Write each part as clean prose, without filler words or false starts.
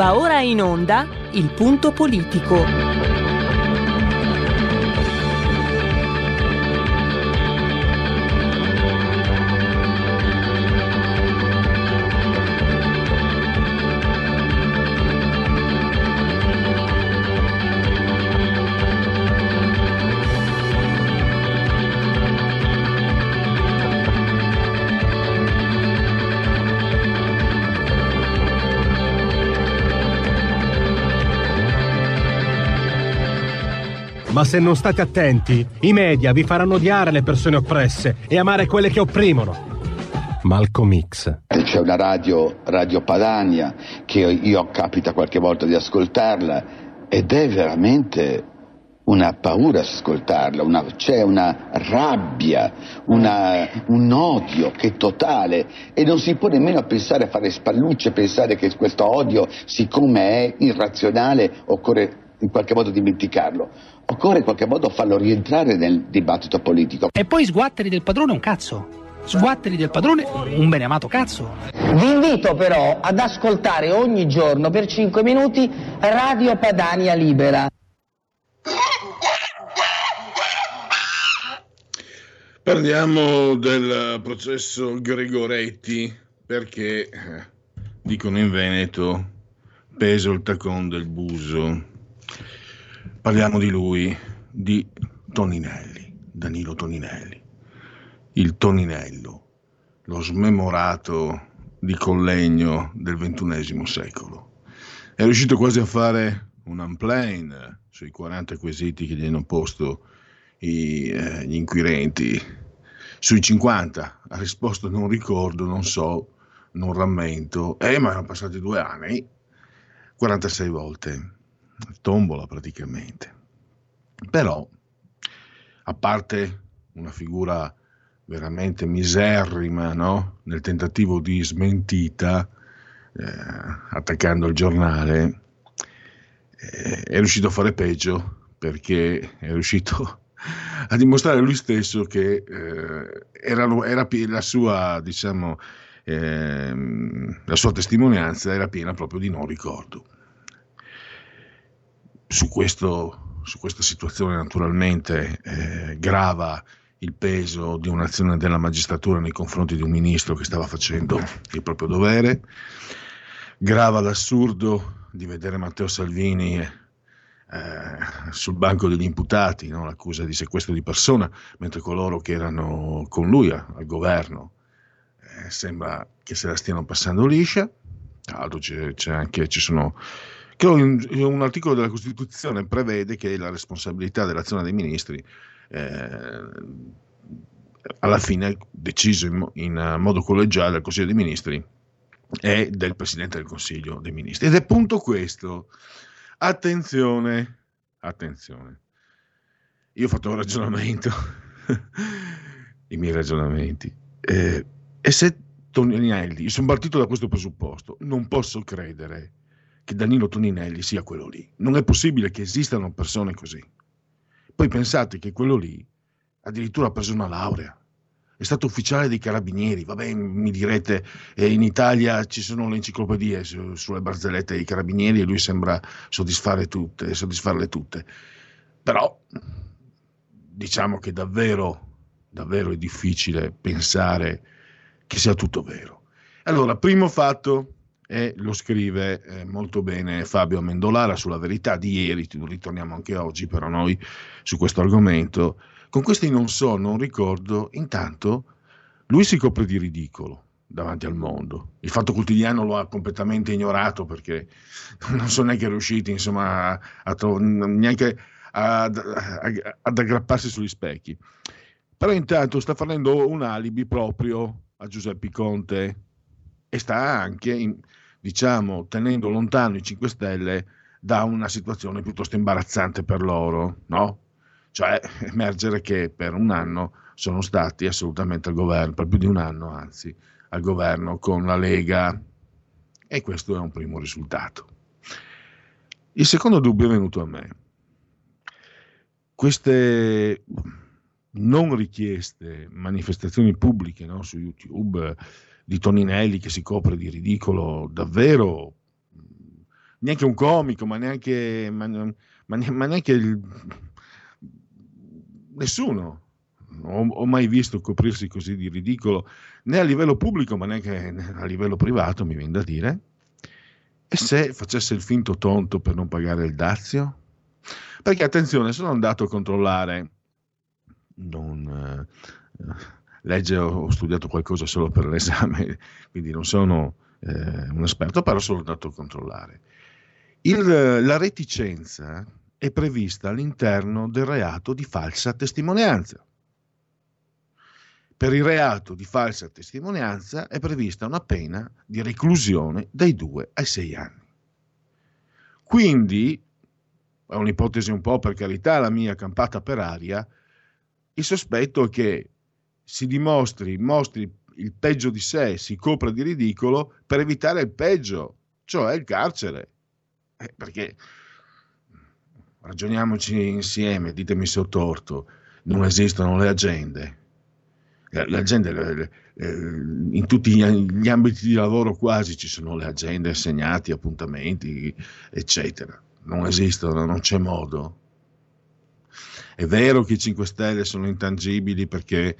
Va ora in onda Il Punto Politico. Ma se non state attenti, i media vi faranno odiare le persone oppresse e amare quelle che opprimono. Malcolm X. C'è una Radio Padania, che io capita qualche volta di ascoltarla, ed è veramente una paura ascoltarla, c'è una rabbia, un odio che è totale, e non si può nemmeno pensare a fare spallucce, pensare che questo odio, siccome è irrazionale, occorre in qualche modo dimenticarlo. Occorre in qualche modo farlo rientrare nel dibattito politico. E poi sguatteri del padrone un cazzo. Sguatteri del padrone un beneamato cazzo. Vi invito però ad ascoltare ogni giorno per 5 minuti Radio Padania Libera. Parliamo del processo Gregoretti, perché dicono in Veneto peso il tacon del buso. Parliamo di lui, di Toninelli, Danilo Toninelli, il Toninello, lo smemorato di Collegno del XXI secolo. È riuscito quasi a fare un unplane sui 40 quesiti che gli hanno posto gli inquirenti. Sui 50 ha risposto non ricordo, non so, non rammento, ma erano passati 2 anni, 46 volte. Tombola praticamente. Però, a parte una figura veramente miserrima, no? Nel tentativo di smentita, attaccando il giornale, è riuscito a fare peggio, perché è riuscito a dimostrare lui stesso che era la sua, diciamo, la sua testimonianza era piena proprio di non ricordo. Su questa situazione naturalmente grava il peso di un'azione della magistratura nei confronti di un ministro che stava facendo il proprio dovere, grava l'assurdo di vedere Matteo Salvini sul banco degli imputati, no? L'accusa di sequestro di persona, mentre coloro che erano con lui al governo sembra che se la stiano passando liscia. Tra l'altro ci sono... Un articolo della Costituzione prevede che la responsabilità dell'azione dei ministri alla fine, deciso in modo collegiale dal Consiglio dei Ministri, è del Presidente del Consiglio dei Ministri. Ed è appunto questo. Attenzione. Io ho fatto un ragionamento, i miei ragionamenti, e se Toninelli, io sono partito da questo presupposto, non posso credere che Danilo Toninelli sia quello lì. Non è possibile che esistano persone così. Poi pensate che quello lì addirittura ha preso una laurea, è stato ufficiale dei carabinieri. Vabbè, mi direte, in Italia ci sono le enciclopedie sulle barzellette dei carabinieri e lui sembra soddisfarle tutte. Però diciamo che davvero è difficile pensare che sia tutto vero. Allora, primo fatto, e lo scrive molto bene Fabio Amendolara sulla Verità di ieri, ritorniamo anche oggi però noi su questo argomento. Con questi non so, non ricordo, intanto lui si copre di ridicolo davanti al mondo. Il Fatto Quotidiano lo ha completamente ignorato, perché non sono neanche riusciti, insomma, neanche ad aggrapparsi sugli specchi. Però intanto sta facendo un alibi proprio a Giuseppe Conte e sta anche, diciamo, tenendo lontano i 5 Stelle da una situazione piuttosto imbarazzante per loro, no? Cioè emergere che per un anno sono stati assolutamente al governo, per più di un anno anzi, al governo con la Lega, e questo è un primo risultato. Il secondo dubbio è venuto a me. Queste non richieste manifestazioni pubbliche, no, su YouTube di Toninelli che si copre di ridicolo davvero neanche un comico, ma neanche nessuno ho mai visto coprirsi così di ridicolo, né a livello pubblico, ma neanche a livello privato, mi viene da dire. E se facesse il finto tonto per non pagare il dazio? Perché attenzione, sono andato a controllare, ho studiato qualcosa solo per l'esame, quindi non sono un esperto, però sono andato a controllare. La reticenza è prevista all'interno del reato di falsa testimonianza. Per il reato di falsa testimonianza è prevista una pena di reclusione dai 2 ai 6 anni. Quindi, è un'ipotesi un po', per carità, la mia campata per aria, il sospetto è che si mostri il peggio di sé, si copra di ridicolo per evitare il peggio, cioè il carcere. Perché, ragioniamoci insieme, ditemi se ho torto, non esistono le agende. L'agenda, in tutti gli ambiti di lavoro quasi ci sono le agende, assegnati, appuntamenti, eccetera. Non esistono, non c'è modo. È vero che i 5 Stelle sono intangibili perché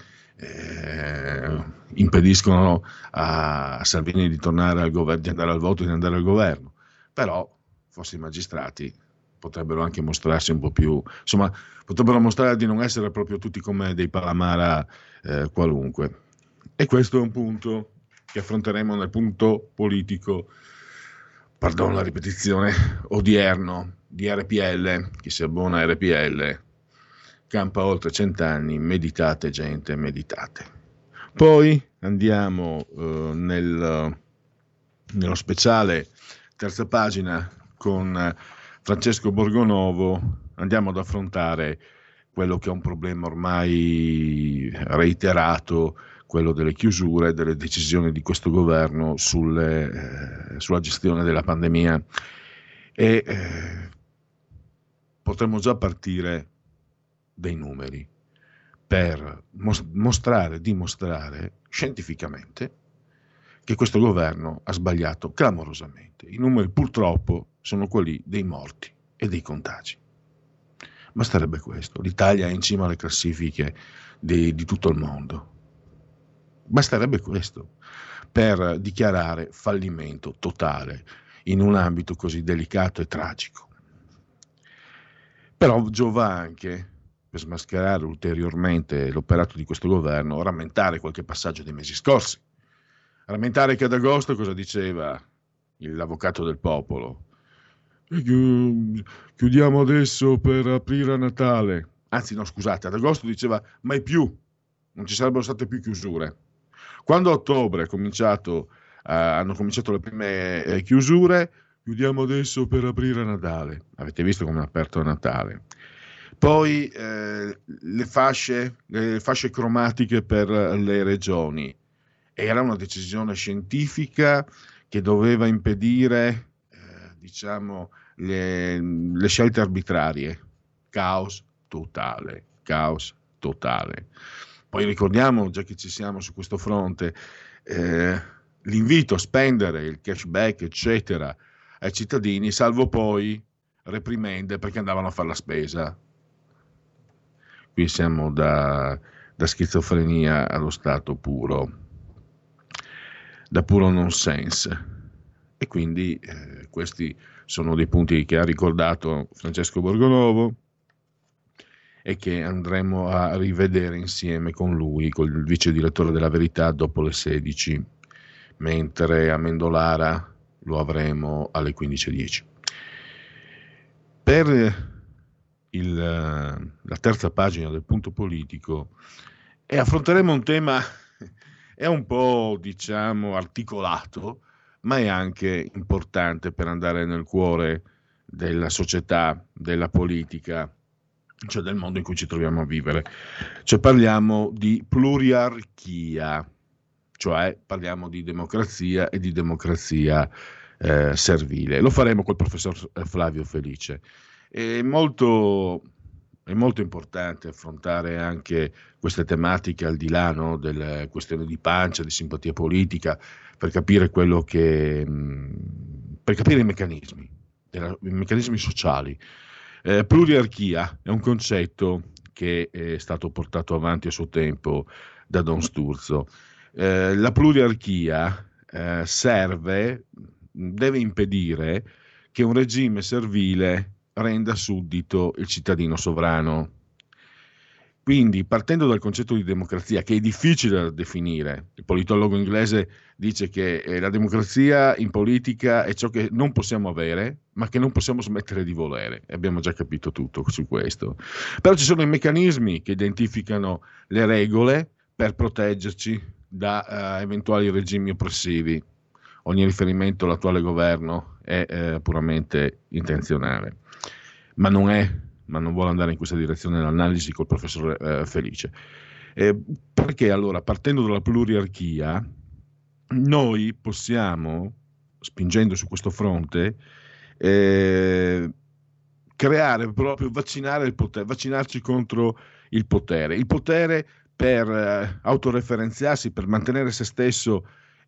impediscono a Salvini di tornare al governo, di andare al voto e di andare al governo, però forse i magistrati potrebbero anche mostrarsi un po' più, insomma, potrebbero mostrare di non essere proprio tutti come dei palamara qualunque. E questo è un punto che affronteremo nel punto politico, pardon la ripetizione, odierno di RPL. Chi si abbona a RPL campa oltre 100 anni, meditate gente, meditate. Poi andiamo nello speciale terza pagina con Francesco Borgonovo, andiamo ad affrontare quello che è un problema ormai reiterato, quello delle chiusure, delle decisioni di questo governo sulla gestione della pandemia. E potremmo già partire dai numeri per dimostrare scientificamente che questo governo ha sbagliato clamorosamente. I numeri purtroppo sono quelli dei morti e dei contagi. Basterebbe questo. L'Italia è in cima alle classifiche di tutto il mondo. Basterebbe questo per dichiarare fallimento totale in un ambito così delicato e tragico. Però giova anche, per smascherare ulteriormente l'operato di questo governo, rammentare qualche passaggio dei mesi scorsi. Rammentare che ad agosto cosa diceva l'avvocato del popolo? Chiudiamo adesso per aprire a Natale. Anzi no, scusate, ad agosto diceva mai più, non ci sarebbero state più chiusure. Quando a ottobre hanno cominciato le prime chiusure, chiudiamo adesso per aprire a Natale. Avete visto come è aperto a Natale? Poi le fasce cromatiche per le regioni. Era una decisione scientifica che doveva impedire, le scelte arbitrarie. Caos totale. Poi ricordiamo, già che ci siamo su questo fronte, l'invito a spendere il cashback, eccetera, ai cittadini, salvo poi reprimende perché andavano a fare la spesa. Qui siamo da schizofrenia allo stato puro, da puro nonsense. E quindi questi sono dei punti che ha ricordato Francesco Borgonovo e che andremo a rivedere insieme con lui, con il vice direttore della Verità, dopo le 16, mentre a Mendolara lo avremo alle 15:10. Per la terza pagina del punto politico affronteremo un tema è un po' articolato, ma è anche importante per andare nel cuore della società, della politica, cioè del mondo in cui ci troviamo a vivere. Cioè parliamo di pluriarchia, cioè parliamo di democrazia e di democrazia servile. Lo faremo col professor Flavio Felice. È molto importante affrontare anche queste tematiche al di là, no, delle questioni di pancia, di simpatia politica, per capire per capire i meccanismi. i meccanismi sociali. Pluriarchia è un concetto che è stato portato avanti a suo tempo da Don Sturzo. La pluriarchia deve impedire che un regime servile renda suddito il cittadino sovrano. Quindi, partendo dal concetto di democrazia, che è difficile da definire, il politologo inglese dice che la democrazia in politica è ciò che non possiamo avere, ma che non possiamo smettere di volere. Abbiamo già capito tutto su questo. Però ci sono i meccanismi che identificano le regole per proteggerci da eventuali regimi oppressivi. Ogni riferimento all'attuale governo è puramente intenzionale, ma non vuole andare in questa direzione l'analisi col professor Felice. Perché allora, partendo dalla pluriarchia, noi possiamo, spingendo su questo fronte, creare proprio, vaccinare il potere, vaccinarci contro il potere per autoreferenziarsi, per mantenere se stesso,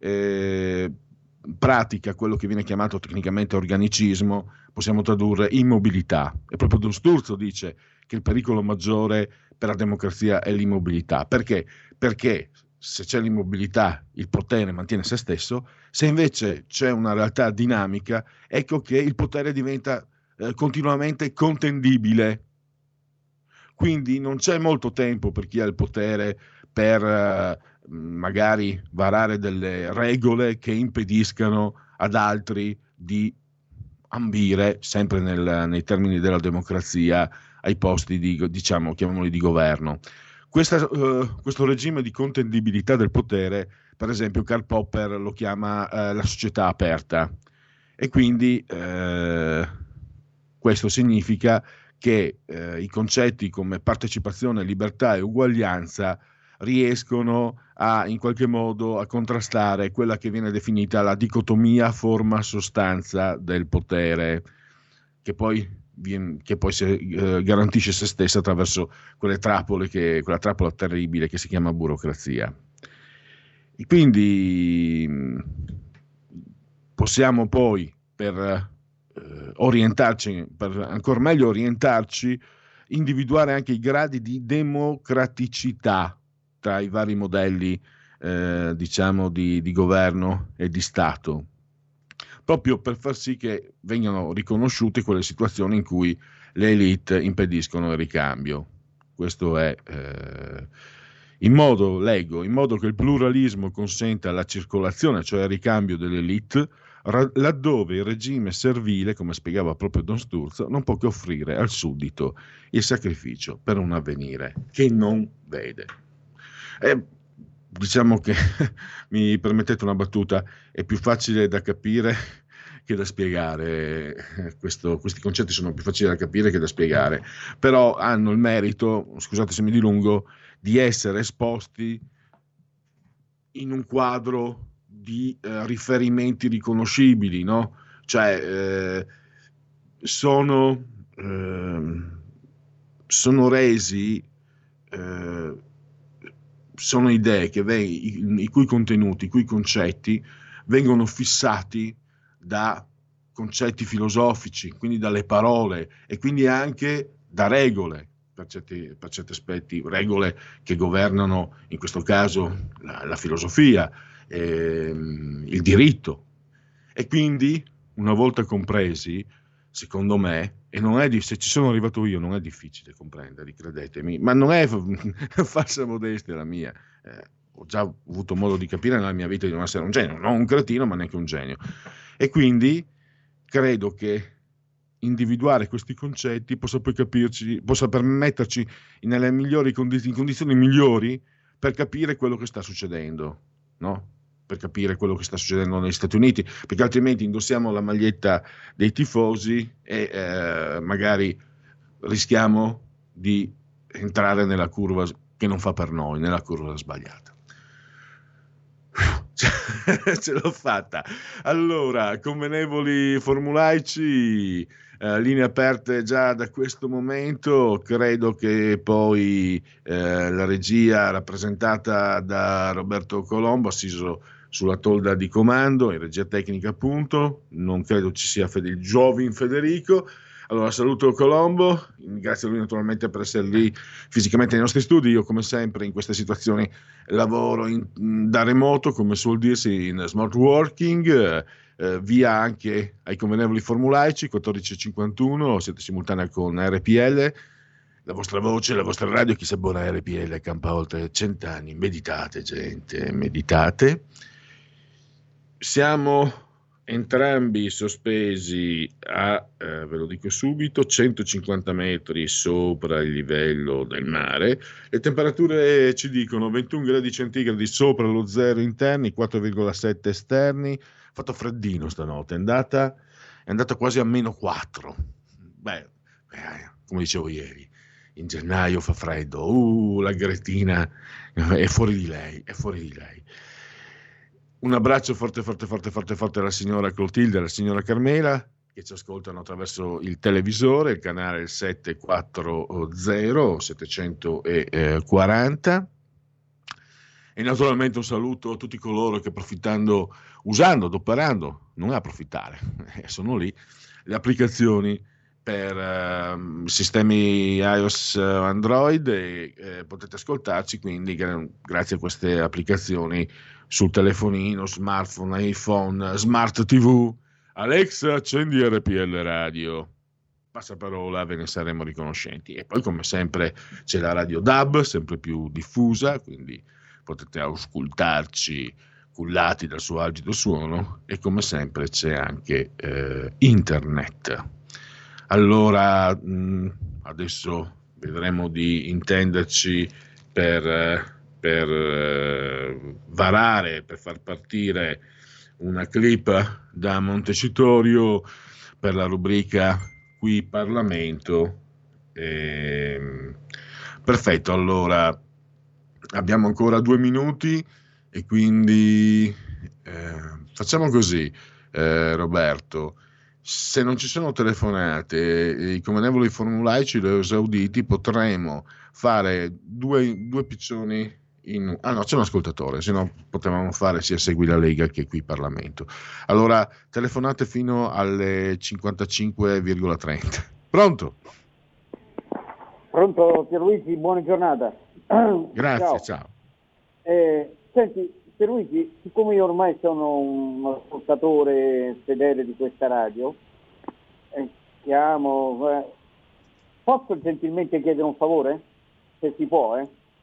pratica quello che viene chiamato tecnicamente organicismo, possiamo tradurre immobilità. E proprio Don Sturzo dice che il pericolo maggiore per la democrazia è l'immobilità. Perché? Perché se c'è l'immobilità il potere mantiene se stesso, se invece c'è una realtà dinamica, ecco che il potere diventa continuamente contendibile. Quindi non c'è molto tempo per chi ha il potere per magari varare delle regole che impediscano ad altri di ambire, sempre nei termini della democrazia, ai posti chiamiamoli di governo. Questo regime di contendibilità del potere, per esempio, Karl Popper lo chiama la società aperta, e quindi questo significa che i concetti come partecipazione, libertà e uguaglianza riescono in qualche modo a contrastare quella che viene definita la dicotomia forma-sostanza del potere, che poi garantisce se stessa attraverso quella trappola terribile che si chiama burocrazia. E quindi possiamo poi, per orientarci, per ancora meglio orientarci, individuare anche i gradi di democraticità tra i vari modelli di governo e di Stato, proprio per far sì che vengano riconosciute quelle situazioni in cui le elite impediscono il ricambio. Questo è in modo che il pluralismo consenta la circolazione, cioè il ricambio delle elite, laddove il regime servile, come spiegava proprio Don Sturzo, non può che offrire al suddito il sacrificio per un avvenire che non vede. Diciamo che, mi permettete una battuta, è più facile da capire che da spiegare. Questi concetti sono più facili da capire che da spiegare, però hanno il merito, scusate se mi dilungo, di essere esposti in un quadro di riferimenti riconoscibili, no? Cioè sono resi, sono idee i cui contenuti, i cui concetti vengono fissati da concetti filosofici, quindi dalle parole, e quindi anche da regole, per certi aspetti, regole che governano in questo caso la filosofia, il diritto. E quindi, una volta compresi, secondo me, e se ci sono arrivato io non è difficile comprenderli, credetemi, ma non è falsa modestia la mia, ho già avuto modo di capire nella mia vita di non essere un genio, non un cretino ma neanche un genio, e quindi credo che individuare questi concetti possa permetterci nelle migliori condizioni migliori per capire quello che sta succedendo, no? Per capire quello che sta succedendo negli Stati Uniti, perché altrimenti indossiamo la maglietta dei tifosi e magari rischiamo di entrare nella curva che non fa per noi, nella curva sbagliata. Ce l'ho fatta. Allora, convenevoli formulaici, linee aperte già da questo momento. Credo che poi la regia rappresentata da Roberto Colombo, assiso sulla tolda di comando, in regia tecnica appunto, non credo ci sia il Giovin Federico. Allora saluto Colombo, grazie a lui naturalmente per essere lì fisicamente nei nostri studi. Io come sempre in queste situazioni lavoro da remoto, come suol dirsi, in smart working, via anche ai convenevoli formulaici 14:51, siete simultanei con RPL, la vostra voce, la vostra radio, chi sa buona RPL campa oltre 100 anni. Meditate gente, meditate. Siamo entrambi sospesi ve lo dico subito, 150 metri sopra il livello del mare. Le temperature ci dicono 21 gradi centigradi sopra lo zero interni, 4,7 esterni. Ha fatto freddino stanotte, è andata quasi a -4. Come dicevo ieri, in gennaio fa freddo, la Gretina è fuori di lei. Un abbraccio forte alla signora Clotilde e alla signora Carmela, che ci ascoltano attraverso il televisore, il canale 740 740. E naturalmente un saluto a tutti coloro che adoperando, non approfittare, sono lì, le applicazioni per sistemi iOS, Android, e potete ascoltarci quindi grazie a queste applicazioni sul telefonino, smartphone, iPhone, smart TV. Alexa, accendi RPL Radio. Passaparola, ve ne saremo riconoscenti. E poi come sempre c'è la radio DAB, sempre più diffusa, quindi potete ascoltarci cullati dal suo algido suono, e come sempre c'è anche internet. Allora adesso vedremo di intenderci per varare, per far partire una clip da Montecitorio per la rubrica Qui Parlamento. Perfetto, allora abbiamo ancora 2 minuti e quindi facciamo così, Roberto. Se non ci sono telefonate, i convenevoli formulaici li ho esauditi, potremo fare due piccioni no, c'è un ascoltatore, se no potevamo fare sia Segui la Lega che Qui Parlamento. Allora telefonate fino alle 55,30. Pronto Pierluigi, buona giornata. Grazie, ciao. Senti Pierluigi, siccome io ormai sono un ascoltatore fedele di questa radio, posso gentilmente chiedere un favore? Se si può,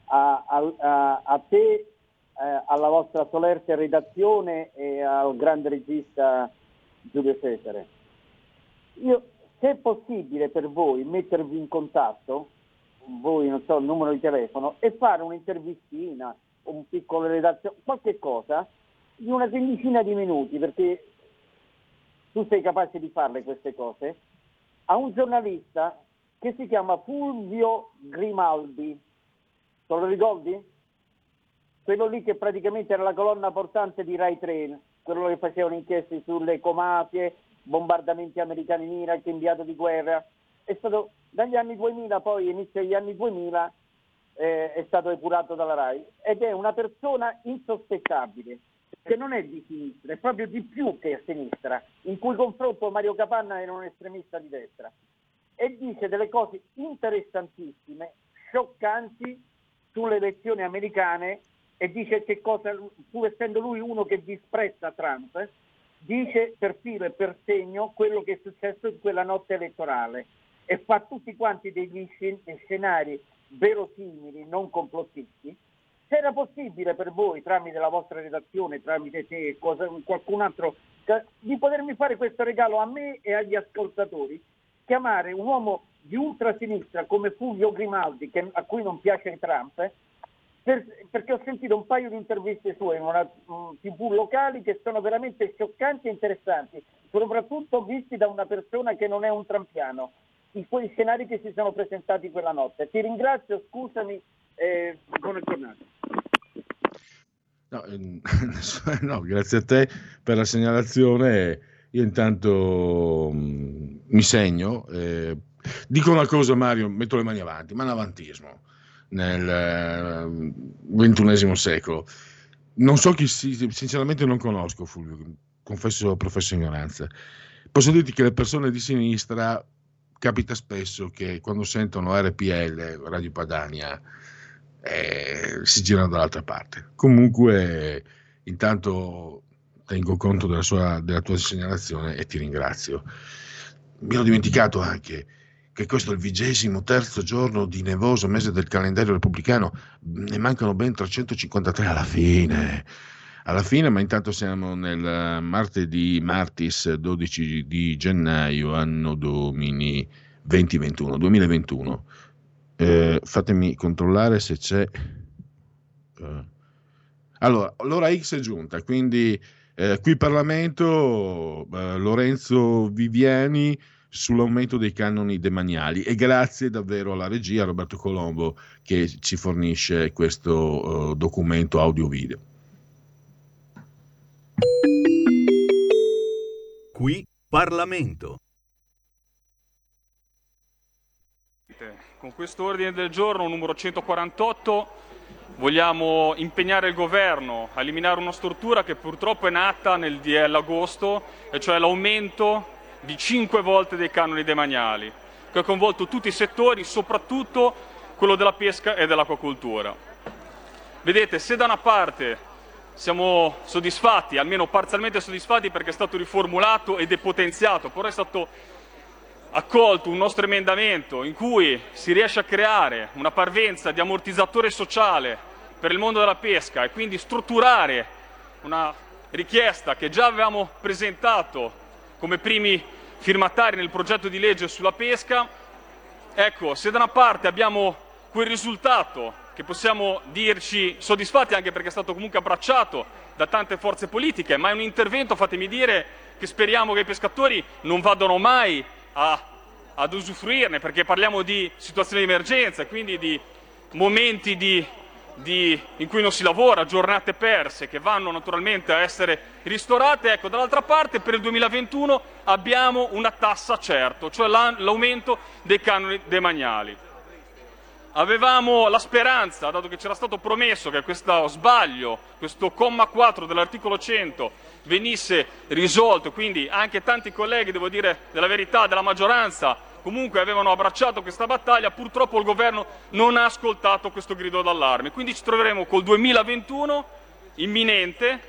a te, alla vostra solerte redazione e al grande regista Giulio Cesare. Se è possibile per voi mettervi in contatto, voi non so, il numero di telefono, e fare un'intervistina, un piccolo redazione, qualche cosa, di una quindicina di minuti, perché tu sei capace di farle queste cose, a un giornalista che si chiama Fulvio Grimaldi. Te lo ricordi? Quello lì che praticamente era la colonna portante di Rai 3, quello che faceva inchieste sulle ecomafie, bombardamenti americani in Iraq, inviato di guerra. È stato dagli anni 2000, poi inizio degli anni 2000, è stato epurato dalla Rai, ed è una persona insospettabile, che non è di sinistra, è proprio di più che a sinistra, in cui confronto Mario Capanna era un estremista di destra, e dice delle cose interessantissime, scioccanti sulle elezioni americane, e dice che cosa, pur essendo lui uno che disprezza Trump, dice per filo e per segno quello che è successo in quella notte elettorale, e fa tutti quanti degli scenari verosimili, non complottisti. Se era possibile per voi, tramite la vostra redazione, tramite te, qualcun altro, di potermi fare questo regalo a me e agli ascoltatori, chiamare un uomo di ultrasinistra come Fulvio Grimaldi, a cui non piace Trump, perché ho sentito un paio di interviste sue in una TV locali che sono veramente scioccanti e interessanti, soprattutto visti da una persona che non è un trampiano, in quei scenari che si sono presentati quella notte. Ti ringrazio, scusami, buona giornata. No, grazie a te per la segnalazione. Io intanto mi segno, dico una cosa, Mario, metto le mani avanti, ma l'avantismo nel XXI secolo Non so chi sinceramente non conosco Fulvio, confesso professo ignoranza. Posso dirti che le persone di sinistra capita spesso che quando sentono RPL, Radio Padania, si girano dall'altra parte. Comunque, intanto tengo conto della tua segnalazione e ti ringrazio. Mi ero dimenticato anche che questo è il 23° giorno di nevoso mese del calendario repubblicano, ne mancano ben 353 alla fine, ma intanto siamo nel martis 12 di gennaio, anno domini 2021. Fatemi controllare se c'è. Allora, l'ora X è giunta, quindi qui Parlamento, Lorenzo Viviani sull'aumento dei canoni demaniali, e grazie davvero alla regia Roberto Colombo che ci fornisce questo documento audio-video. Qui Parlamento. Con questo ordine del giorno numero 148 vogliamo impegnare il governo a eliminare una stortura che purtroppo è nata nel DL agosto, e cioè l'aumento di 5 volte dei canoni demaniali, che ha coinvolto tutti i settori, soprattutto quello della pesca e dell'acquacoltura. Vedete, se da una parte siamo soddisfatti, almeno parzialmente soddisfatti, perché è stato riformulato e depotenziato, però è stato accolto un nostro emendamento in cui si riesce a creare una parvenza di ammortizzatore sociale per il mondo della pesca e quindi strutturare una richiesta che già avevamo presentato come primi firmatari nel progetto di legge sulla pesca. Ecco, se da una parte abbiamo quel risultato che possiamo dirci soddisfatti, anche perché è stato comunque abbracciato da tante forze politiche, ma è un intervento, fatemi dire, che speriamo che i pescatori non vadano mai ad usufruirne, perché parliamo di situazioni di emergenza, quindi di momenti in cui non si lavora, giornate perse che vanno naturalmente a essere ristorate. Ecco, dall'altra parte per il 2021 abbiamo una tassa certo, cioè l'aumento dei canoni demaniali. Avevamo la speranza, dato che c'era stato promesso che questo sbaglio, questo comma 4 dell'articolo 100 venisse risolto, quindi anche tanti colleghi, devo dire della verità, della maggioranza comunque avevano abbracciato questa battaglia. Purtroppo il governo non ha ascoltato questo grido d'allarme, quindi ci troveremo col 2021 imminente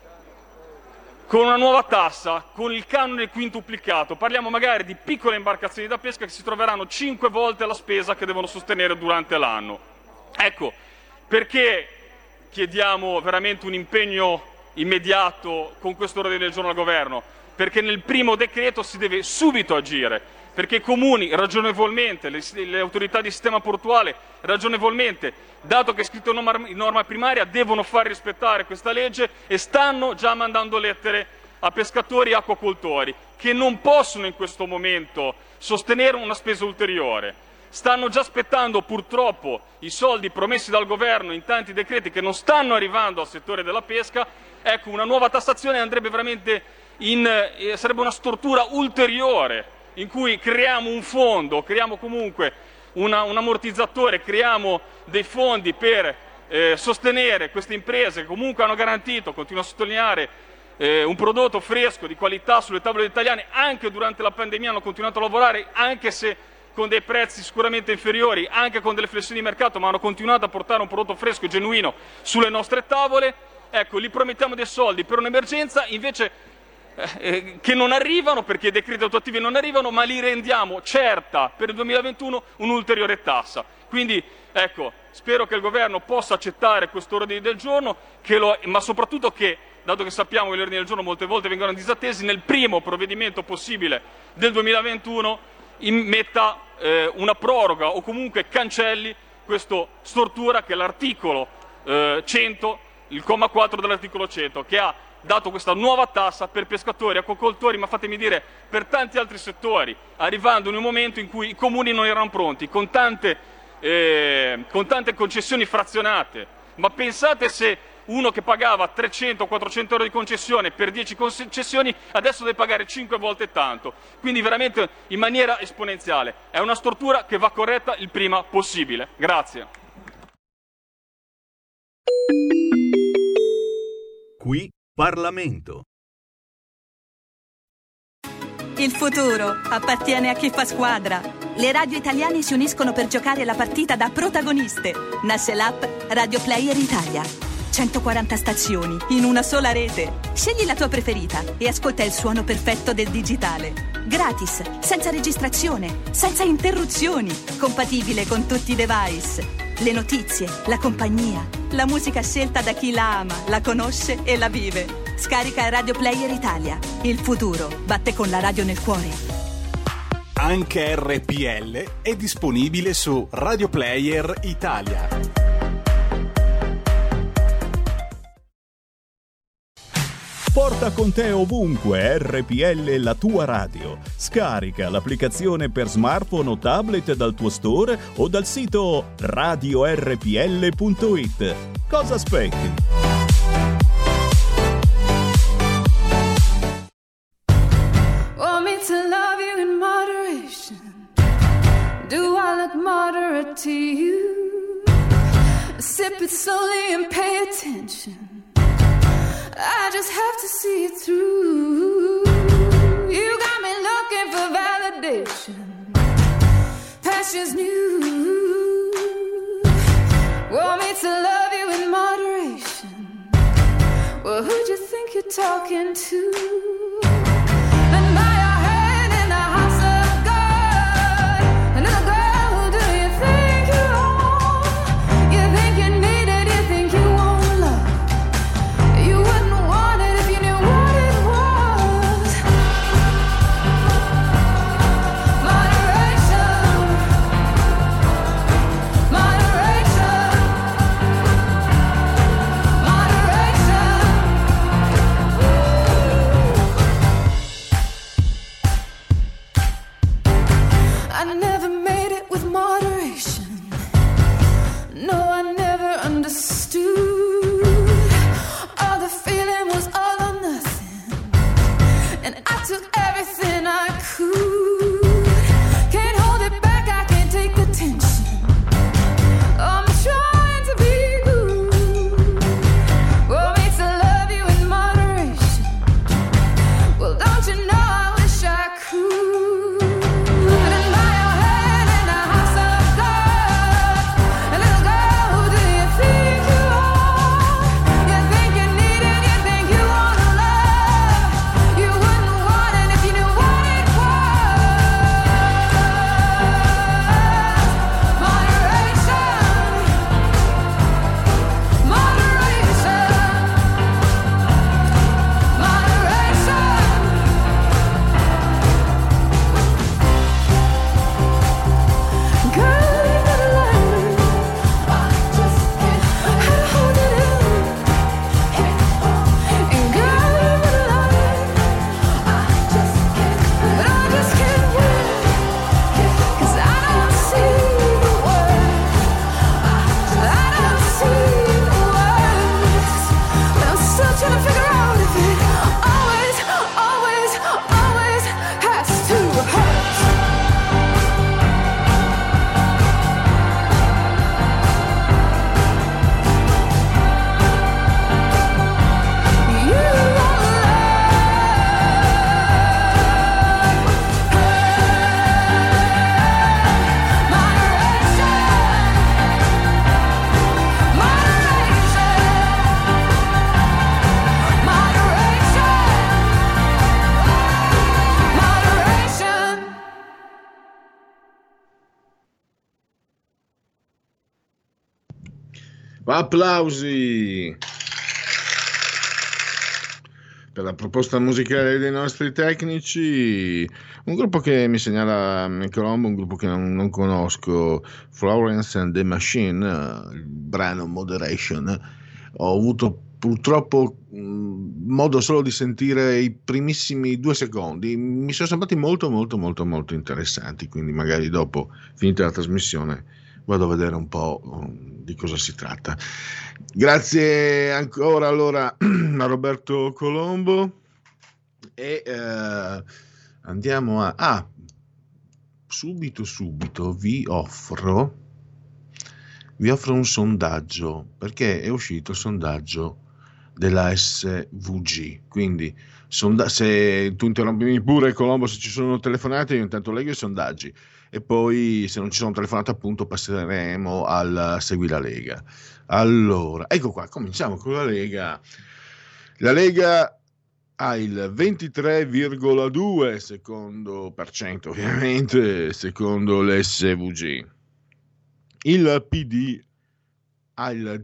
con una nuova tassa, con il canone quintuplicato. Parliamo magari di piccole imbarcazioni da pesca che si troveranno 5 volte la spesa che devono sostenere durante l'anno. Ecco, perché chiediamo veramente un impegno immediato con questo ordine del giorno al governo? Perché nel primo decreto si deve subito agire, perché i comuni ragionevolmente, le autorità di sistema portuale ragionevolmente, dato che è scritto in norma primaria, devono far rispettare questa legge e stanno già mandando lettere a pescatori e acquacoltori che non possono in questo momento sostenere una spesa ulteriore. Stanno già aspettando purtroppo i soldi promessi dal governo in tanti decreti che non stanno arrivando al settore della pesca. Ecco, una nuova tassazione andrebbe veramente sarebbe una stortura ulteriore in cui creiamo un fondo, creiamo comunque un ammortizzatore, creiamo dei fondi per sostenere queste imprese che comunque hanno garantito, continuo a sottolineare, un prodotto fresco di qualità sulle tavole italiane. Anche durante la pandemia hanno continuato a lavorare, anche se con dei prezzi sicuramente inferiori, anche con delle flessioni di mercato, ma hanno continuato a portare un prodotto fresco e genuino sulle nostre tavole. Ecco, gli promettiamo dei soldi per un'emergenza, invece che non arrivano, perché i decreti attuativi non arrivano, ma li rendiamo certa per il 2021 un'ulteriore tassa. Quindi ecco, spero che il governo possa accettare questo ordine del giorno, ma soprattutto che, dato che sappiamo che gli ordini del giorno molte volte vengono disattesi, nel primo provvedimento possibile del 2021 metta una proroga o comunque cancelli questa stortura che è l'articolo 100, il comma 4 dell'articolo 100, che ha dato questa nuova tassa per pescatori, acquacoltori, ma fatemi dire per tanti altri settori, arrivando in un momento in cui i comuni non erano pronti, con tante concessioni frazionate. Ma pensate se uno che pagava 300-400 euro di concessione per 10 concessioni adesso deve pagare 5 volte tanto, quindi veramente in maniera esponenziale. È una stortura che va corretta il prima possibile. Grazie. Qui Parlamento. Il futuro appartiene a chi fa squadra. Le radio italiane si uniscono per giocare la partita da protagoniste. Nasce l'app Radio Player Italia. 140 stazioni in una sola rete. Scegli la tua preferita e ascolta il suono perfetto del digitale. Gratis, senza registrazione, senza interruzioni. Compatibile con tutti i device. Le notizie, la compagnia, la musica scelta da chi la ama, la conosce e la vive. Scarica Radio Player Italia. Il futuro batte con la radio nel cuore. Anche RPL è disponibile su Radio Player Italia. Porta con te ovunque RPL, la tua radio. Scarica l'applicazione per smartphone o tablet dal tuo store o dal sito radiorpl.it. Cosa aspetti? Want me to love you in moderation? Do I look moderate to you? Sip it slowly and pay attention. I just have to see it through. You got me looking for validation. Passion's new. Want me to love you in moderation? Well, who'd you think you're talking to? And by your hand in the house of God. And little girl, who do you think you are? You think you need it, you think you want love. You wouldn't want it if you knew what it was. Moderation. Moderation. Moderation. I never made it with moderation. No, I never understood. All the feeling was all or nothing, and I took everything I could. Can't hold it back, I can't take the tension. I'm trying to be good. Want me to love you in moderation? Well, don't you know I wish I could. And by your hand in the house of God. A little girl, who do you think you are? You think you need it, you think you want love. You wouldn't want it if you knew what it was. Moderation. Moderation. Moderation. Girl, you gotta learn. I just can't hold it in. And girl, you gotta learn. I just can't win. 'Cause I don't see the words. I don't see the words. But I'm still trying to figure out if it always, always, always has to hurt. You won't moderation. Applausi per la proposta musicale dei nostri tecnici. Un gruppo che mi segnala Colombo, un gruppo che non conosco, Florence and the Machine, il brano Moderation. Ho avuto purtroppo modo solo di sentire i primissimi 2 secondi, mi sono sembrati molto molto molto molto interessanti, quindi magari dopo, finita la trasmissione, vado a vedere un po' di cosa si tratta. Grazie ancora allora a Roberto Colombo e andiamo a subito vi offro un sondaggio, perché è uscito il sondaggio della SVG. Quindi se tu interrompimi pure, Colombo, se ci sono telefonate, io intanto leggo i sondaggi e poi se non ci sono telefonate appunto passeremo al Segui la Lega. Allora, ecco qua, cominciamo con la Lega. La Lega ha il 23,2% secondo percento, ovviamente, secondo l'SVG. Il PD ha il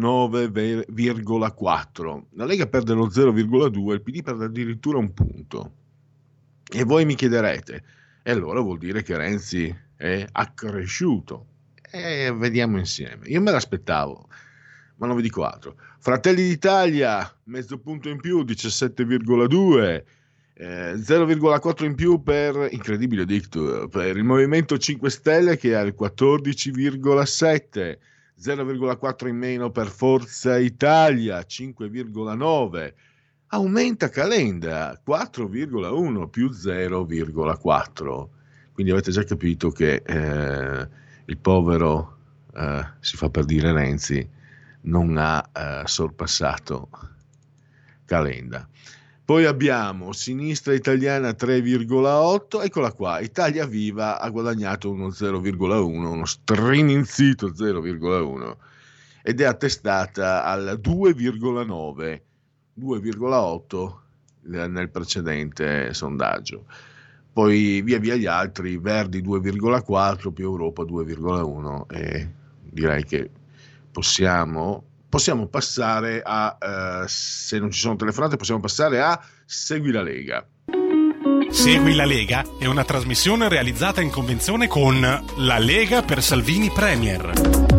19,4%. La Lega perde lo 0,2%, il PD perde addirittura un punto. E voi mi chiederete, e allora vuol dire che Renzi è accresciuto? E vediamo insieme. Io me l'aspettavo, ma non vi dico altro. Fratelli d'Italia, mezzo punto in più, 17,2%. 0,4 in più per, incredibile dicto, per il Movimento 5 Stelle che ha il 14,7%. 0,4 in meno per Forza Italia, 5,9. Aumenta Calenda, 4,1 più 0,4. Quindi avete già capito che il povero, si fa per dire Renzi, non ha sorpassato Calenda. Poi abbiamo Sinistra Italiana 3,8, eccola qua, Italia Viva ha guadagnato uno 0,1, uno striminzito 0,1 ed è attestata al 2,9, 2,8 nel precedente sondaggio. Poi via via gli altri, Verdi 2,4 più Europa 2,1 e direi che possiamo passare a, se non ci sono telefonate, possiamo passare a Segui la Lega. Segui la Lega è una trasmissione realizzata in convenzione con La Lega per Salvini Premier.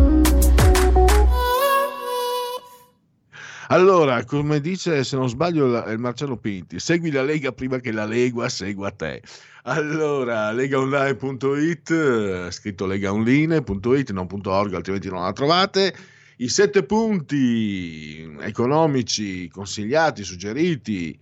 Allora, come dice, se non sbaglio, il Marcello Pinti, segui la Lega prima che la Lega segua te. Allora, legaonline.it, scritto legaonline.it, non .org, altrimenti non la trovate. I 7 punti economici consigliati, suggeriti,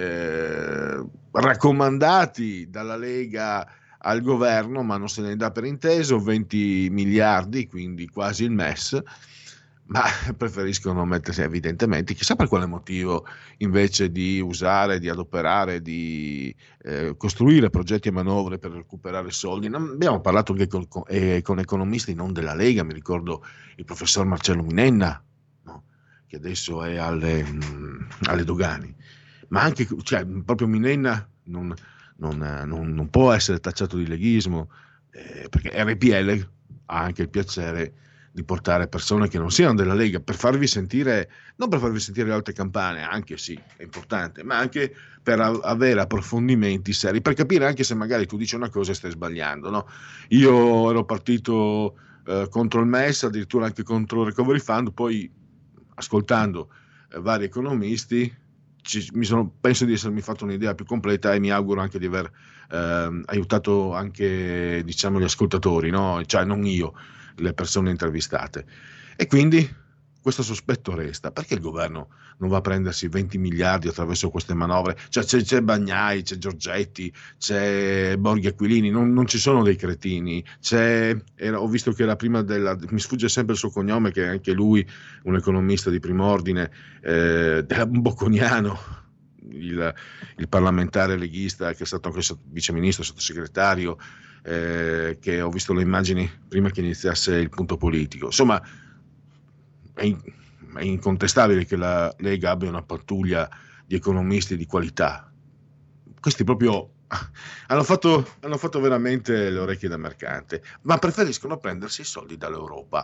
raccomandati dalla Lega al governo, ma non se ne dà per inteso, 20 miliardi, quindi quasi il MES, ma preferiscono mettersi evidentemente, chissà per quale motivo, invece di usare, di adoperare, di costruire progetti e manovre per recuperare soldi. Abbiamo parlato anche con economisti non della Lega, mi ricordo il professor Marcello Minenna, no? Che adesso è alle dogane, ma anche proprio Minenna non può essere tacciato di leghismo, perché RPL ha anche il piacere di portare persone che non siano della Lega per farvi sentire, non per farvi sentire le alte campane, anche sì, è importante, ma anche per avere approfondimenti seri, per capire anche se magari tu dici una cosa e stai sbagliando, no? Io ero partito contro il MES, addirittura anche contro il Recovery Fund, poi ascoltando vari economisti penso di essermi fatto un'idea più completa e mi auguro anche di aver aiutato anche, diciamo, gli ascoltatori, no? Cioè non io, le persone intervistate. E quindi questo sospetto resta. Perché il governo non va a prendersi 20 miliardi attraverso queste manovre? Cioè c'è Bagnai, c'è Giorgetti, c'è Borghi Aquilini, non ci sono dei cretini. Ho visto che era prima mi sfugge sempre il suo cognome, che è anche lui un economista di prim'ordine, della Bocconiano, il parlamentare leghista che è stato anche viceministro, sottosegretario, che ho visto le immagini prima che iniziasse il punto politico. Insomma, è incontestabile che la Lega abbia una pattuglia di economisti di qualità. Questi proprio hanno fatto veramente le orecchie da mercante, ma preferiscono prendersi i soldi dall'Europa.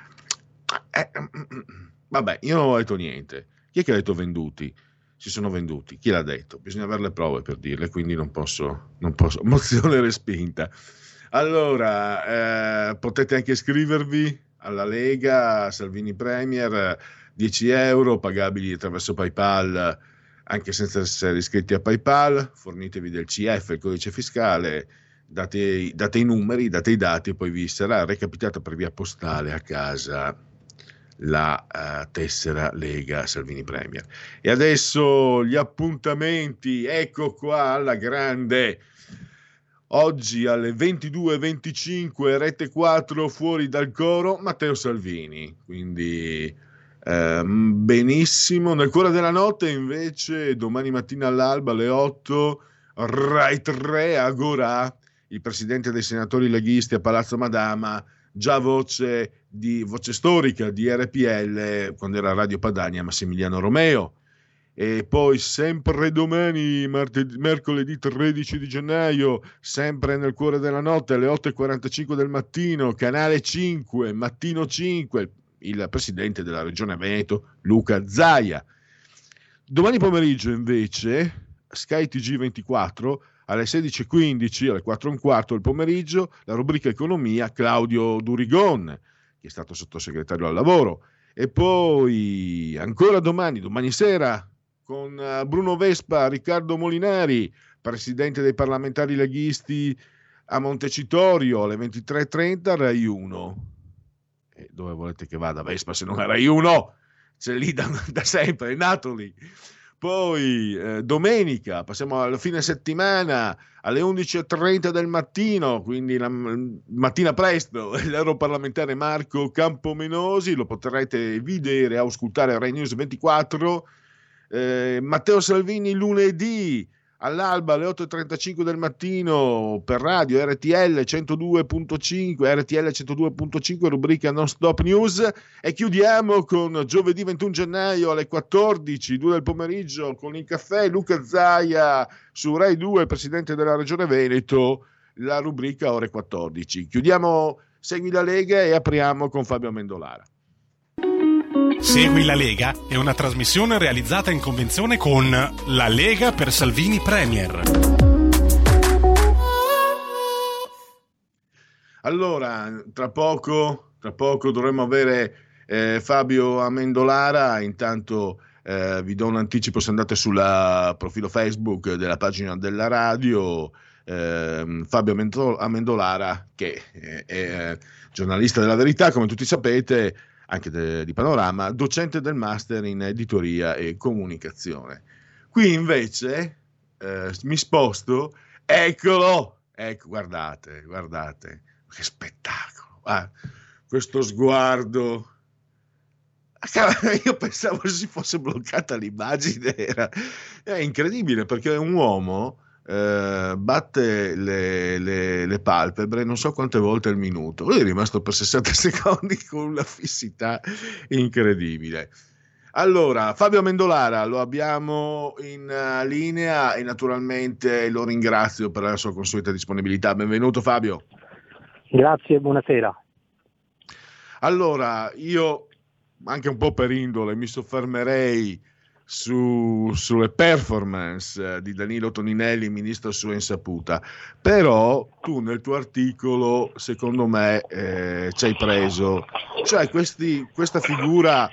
Vabbè, io non ho detto niente. Chi è che ha detto venduti? Si sono venduti. Chi l'ha detto? Bisogna avere le prove per dirle, quindi non posso. Mozione respinta. Allora, potete anche iscrivervi alla Lega, Salvini Premier, 10 euro pagabili attraverso PayPal, anche senza essere iscritti a PayPal. Fornitevi del CF, il codice fiscale, date i numeri, date i dati e poi vi sarà recapitata per via postale a casa la tessera Lega Salvini Premier. E adesso gli appuntamenti, ecco qua alla grande. Oggi alle 22:25 Rete 4 fuori dal coro Matteo Salvini, quindi Benissimo. Nel cuore della notte invece domani mattina all'alba alle 8 Rai 3 Agorà, il presidente dei senatori leghisti a Palazzo Madama, già voce storica di RPL quando era Radio Padania, Massimiliano Romeo. E poi sempre domani, mercoledì 13 di gennaio, sempre nel cuore della notte, alle 8:45 del mattino, Canale 5, Mattino 5, il presidente della Regione Veneto, Luca Zaia. Domani pomeriggio, invece, Sky TG24, alle 16:15, alle 4:15 del pomeriggio, la rubrica Economia, Claudio Durigon, che è stato sottosegretario al lavoro. E poi, ancora domani sera, con Bruno Vespa, Riccardo Molinari, presidente dei parlamentari leghisti a Montecitorio, alle 23:30, Rai 1. E dove volete che vada Vespa se non a Rai 1? C'è lì da sempre, è nato lì. Poi domenica, passiamo alla fine settimana, alle 11:30 del mattino, quindi la mattina presto, l'europarlamentare Marco Campomenosi, lo potrete vedere, ascoltare a Rai News 24. Matteo Salvini lunedì all'alba alle 8:35 del mattino per radio RTL 102.5, rubrica Non Stop News. E chiudiamo con giovedì 21 gennaio alle 14, 2 del pomeriggio, con il caffè Luca Zaia su Rai 2, presidente della Regione Veneto, la rubrica ore 14. Chiudiamo Segui la Lega e apriamo con Fabio Amendolara. Segui la Lega è una trasmissione realizzata in convenzione con La Lega per Salvini Premier. Allora, tra poco dovremmo avere Fabio Amendolara. Intanto vi do un anticipo: se andate sul profilo Facebook della pagina della radio, Fabio Amendolara, che è giornalista della Verità, come tutti sapete, anche di Panorama, docente del master in editoria e comunicazione. Qui invece mi sposto, eccolo, ecco, guardate, che spettacolo, questo sguardo. Io pensavo si fosse bloccata l'immagine, è incredibile, perché è un uomo, batte le palpebre non so quante volte al minuto. Lui è rimasto per 60 secondi con una fissità incredibile. Allora, Fabio Amendolara lo abbiamo in linea e naturalmente lo ringrazio per la sua consueta disponibilità. Benvenuto Fabio. Grazie, buonasera. Allora, io anche un po' per indole mi soffermerei sulle performance di Danilo Toninelli, ministro a sua insaputa, però tu nel tuo articolo secondo me ci hai preso, cioè questa figura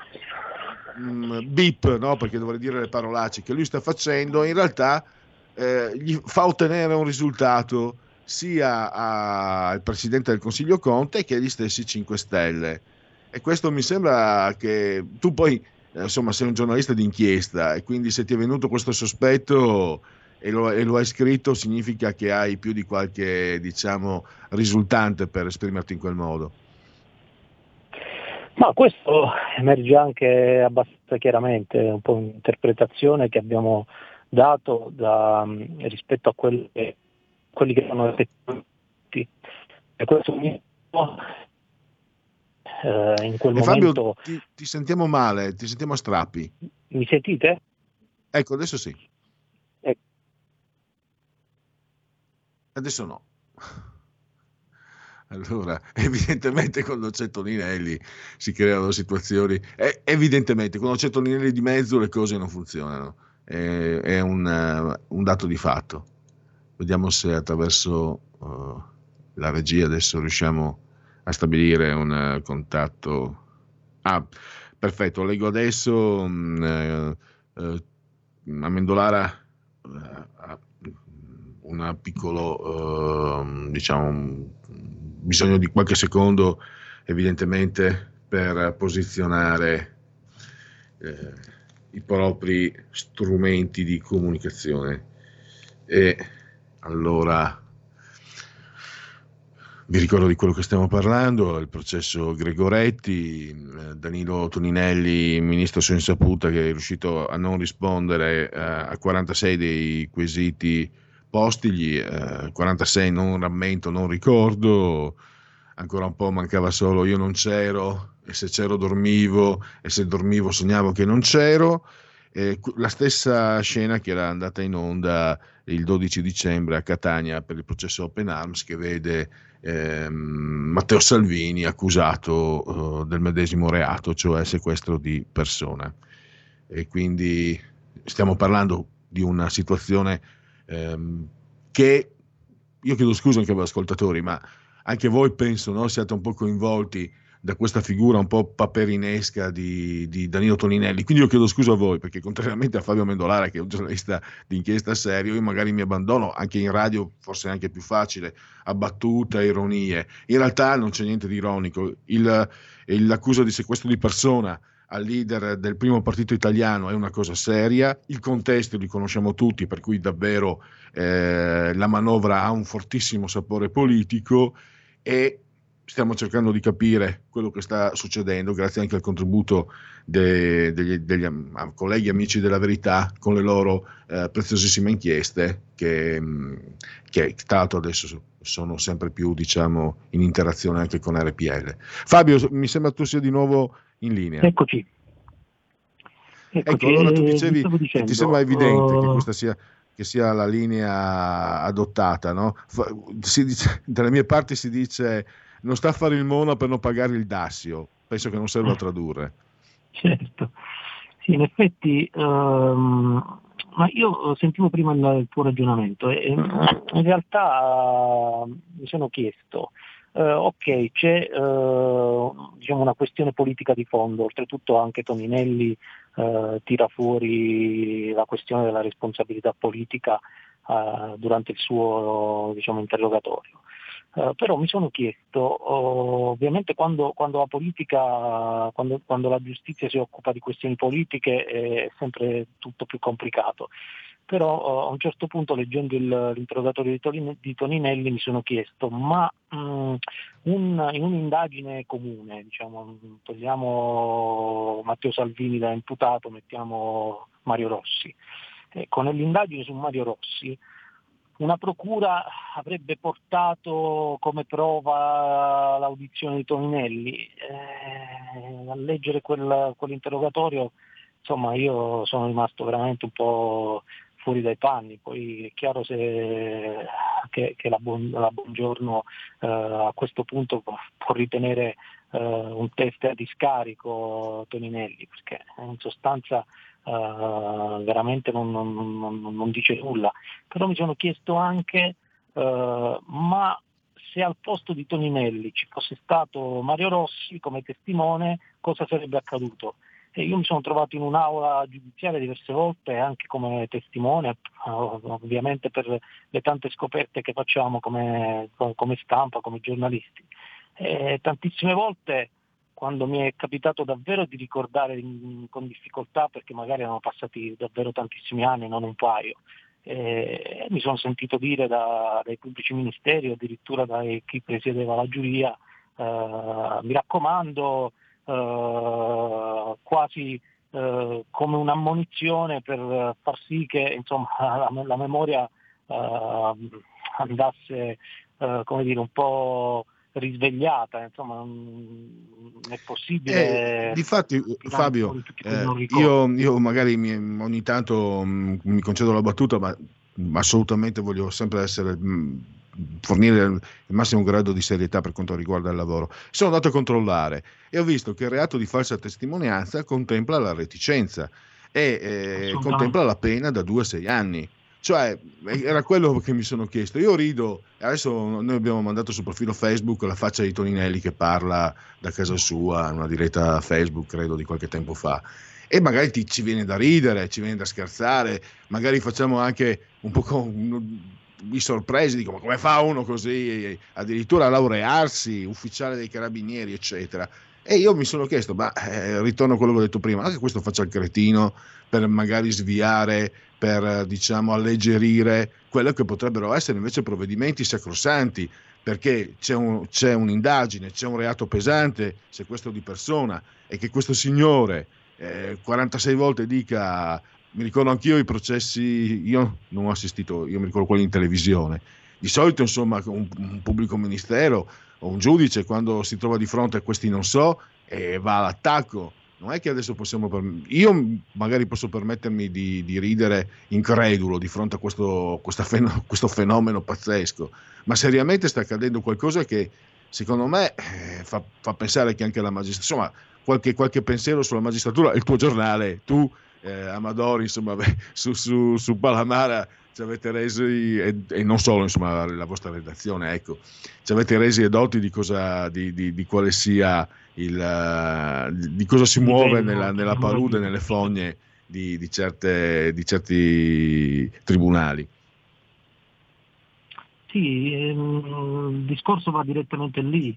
bip, no? Perché dovrei dire le parolacce che lui sta facendo, in realtà gli fa ottenere un risultato sia al Presidente del Consiglio Conte che agli stessi 5 Stelle, e questo mi sembra che tu poi insomma sei un giornalista d'inchiesta, e quindi se ti è venuto questo sospetto e lo hai scritto, significa che hai più di qualche, diciamo, risultante per esprimerti in quel modo. Ma questo emerge anche abbastanza chiaramente, un po' un'interpretazione che abbiamo dato rispetto a quelli che sono effettuati, e questo in quel momento. Fabio, ti sentiamo male, ti sentiamo a strappi. Mi sentite? Ecco, adesso sì. Adesso no. Allora, evidentemente quando c'è Toninelli si creano situazioni, evidentemente quando c'è Toninelli di mezzo le cose non funzionano, è un dato di fatto. Vediamo se attraverso la regia adesso riusciamo a stabilire un contatto. Perfetto, leggo adesso. Amendolara ha un piccolo bisogno di qualche secondo, evidentemente, per posizionare i propri strumenti di comunicazione. E allora Vi ricordo di quello che stiamo parlando, il processo Gregoretti, Danilo Toninelli, ministro senza saputa, che è riuscito a non rispondere a 46 dei quesiti postigli, 46 non rammento, non ricordo, ancora un po' mancava solo io non c'ero, e se c'ero dormivo, e se dormivo sognavo che non c'ero. La stessa scena che era andata in onda il 12 dicembre a Catania per il processo Open Arms, che vede Matteo Salvini accusato del medesimo reato, cioè sequestro di persona. E quindi stiamo parlando di una situazione che, io chiedo scusa anche agli ascoltatori, ma anche voi penso, no, siate un po' coinvolti da questa figura un po' paperinesca di Danilo Toninelli. Quindi io chiedo scusa a voi, perché contrariamente a Fabio Mendolara, che è un giornalista di inchiesta serio, io magari mi abbandono anche in radio, forse è anche più facile, a battute, a ironie. In realtà non c'è niente di ironico. L'accusa di sequestro di persona al leader del primo partito italiano è una cosa seria, il contesto li conosciamo tutti, per cui davvero la manovra ha un fortissimo sapore politico, e stiamo cercando di capire quello che sta succedendo, grazie anche al contributo degli colleghi amici della Verità, con le loro preziosissime inchieste che tra l'altro adesso sono sempre più, diciamo, in interazione anche con RPL. Fabio, mi sembra tu sia di nuovo in linea. Eccoci. Ecco, allora tu dicevi che ti sembra evidente che questa sia la linea adottata, no? Dalle mie parti si dice: non sta a fare il mono per non pagare il dassio. Penso che non serva a tradurre. Certo, sì, in effetti, ma io sentivo prima il tuo ragionamento e in realtà mi sono chiesto, ok, c'è diciamo una questione politica di fondo, oltretutto anche Toninelli tira fuori la questione della responsabilità politica durante il suo, diciamo, interrogatorio. Però mi sono chiesto, ovviamente quando la politica, quando la giustizia si occupa di questioni politiche è sempre tutto più complicato, però a un certo punto, leggendo l'interrogatorio di Toninelli, mi sono chiesto, ma in un'indagine comune, diciamo, togliamo Matteo Salvini da imputato, mettiamo Mario Rossi, con l'indagine su Mario Rossi una procura avrebbe portato come prova l'audizione di Toninelli. A leggere quell'interrogatorio, insomma, io sono rimasto veramente un po' fuori dai panni. Poi è chiaro che la Bongiorno a questo punto può ritenere un test a discarico Toninelli, perché in sostanza veramente non dice nulla. Però mi sono chiesto anche ma se al posto di Toninelli ci fosse stato Mario Rossi come testimone, cosa sarebbe accaduto? E io mi sono trovato in un'aula giudiziaria diverse volte anche come testimone, ovviamente per le tante scoperte che facciamo come stampa, come giornalisti. E tantissime volte, quando mi è capitato davvero di ricordare con difficoltà, perché magari erano passati davvero tantissimi anni, non un paio, mi sono sentito dire dai pubblici ministeri, addirittura da chi presiedeva la giuria, mi raccomando, quasi come un'ammonizione per far sì che, insomma, la memoria andasse come dire, un po' risvegliata, insomma, non è possibile. Difatti, Fabio, io magari ogni tanto mi concedo la battuta, ma assolutamente voglio sempre fornire il massimo grado di serietà per quanto riguarda il lavoro. Sono andato a controllare e ho visto che il reato di falsa testimonianza contempla la reticenza e contempla la pena da 2 a 6 anni. Cioè, era quello che mi sono chiesto. Io rido, adesso noi abbiamo mandato sul profilo Facebook la faccia di Toninelli che parla da casa sua, in una diretta Facebook credo di qualche tempo fa, e magari ci viene da ridere, ci viene da scherzare, magari facciamo anche un po' i sorpresi, dico, ma come fa uno così addirittura a laurearsi, ufficiale dei carabinieri, eccetera. E io mi sono chiesto, ma ritorno a quello che ho detto prima, anche questo faccia il cretino per magari sviare, per, diciamo, alleggerire quello che potrebbero essere invece provvedimenti sacrosanti perché c'è un'indagine, c'è un reato pesante, sequestro di persona, e che questo signore 46 volte dica: mi ricordo anch'io i processi, io non ho assistito, io mi ricordo quelli in televisione. Di solito, insomma, un pubblico ministero o un giudice, quando si trova di fronte a questi non so, va all'attacco. Non è che adesso io magari posso permettermi di ridere incredulo di fronte a questo fenomeno pazzesco, ma seriamente sta accadendo qualcosa che secondo me fa pensare che anche la magistratura, insomma, qualche pensiero sulla magistratura. Il tuo giornale, tu Amadori, insomma, su Palamara ci avete resi, e non solo, insomma, la vostra redazione, ecco, ci avete resi edotti di quale sia di cosa si muove nella palude, nelle fogne di certi tribunali. Sì, il discorso va direttamente lì.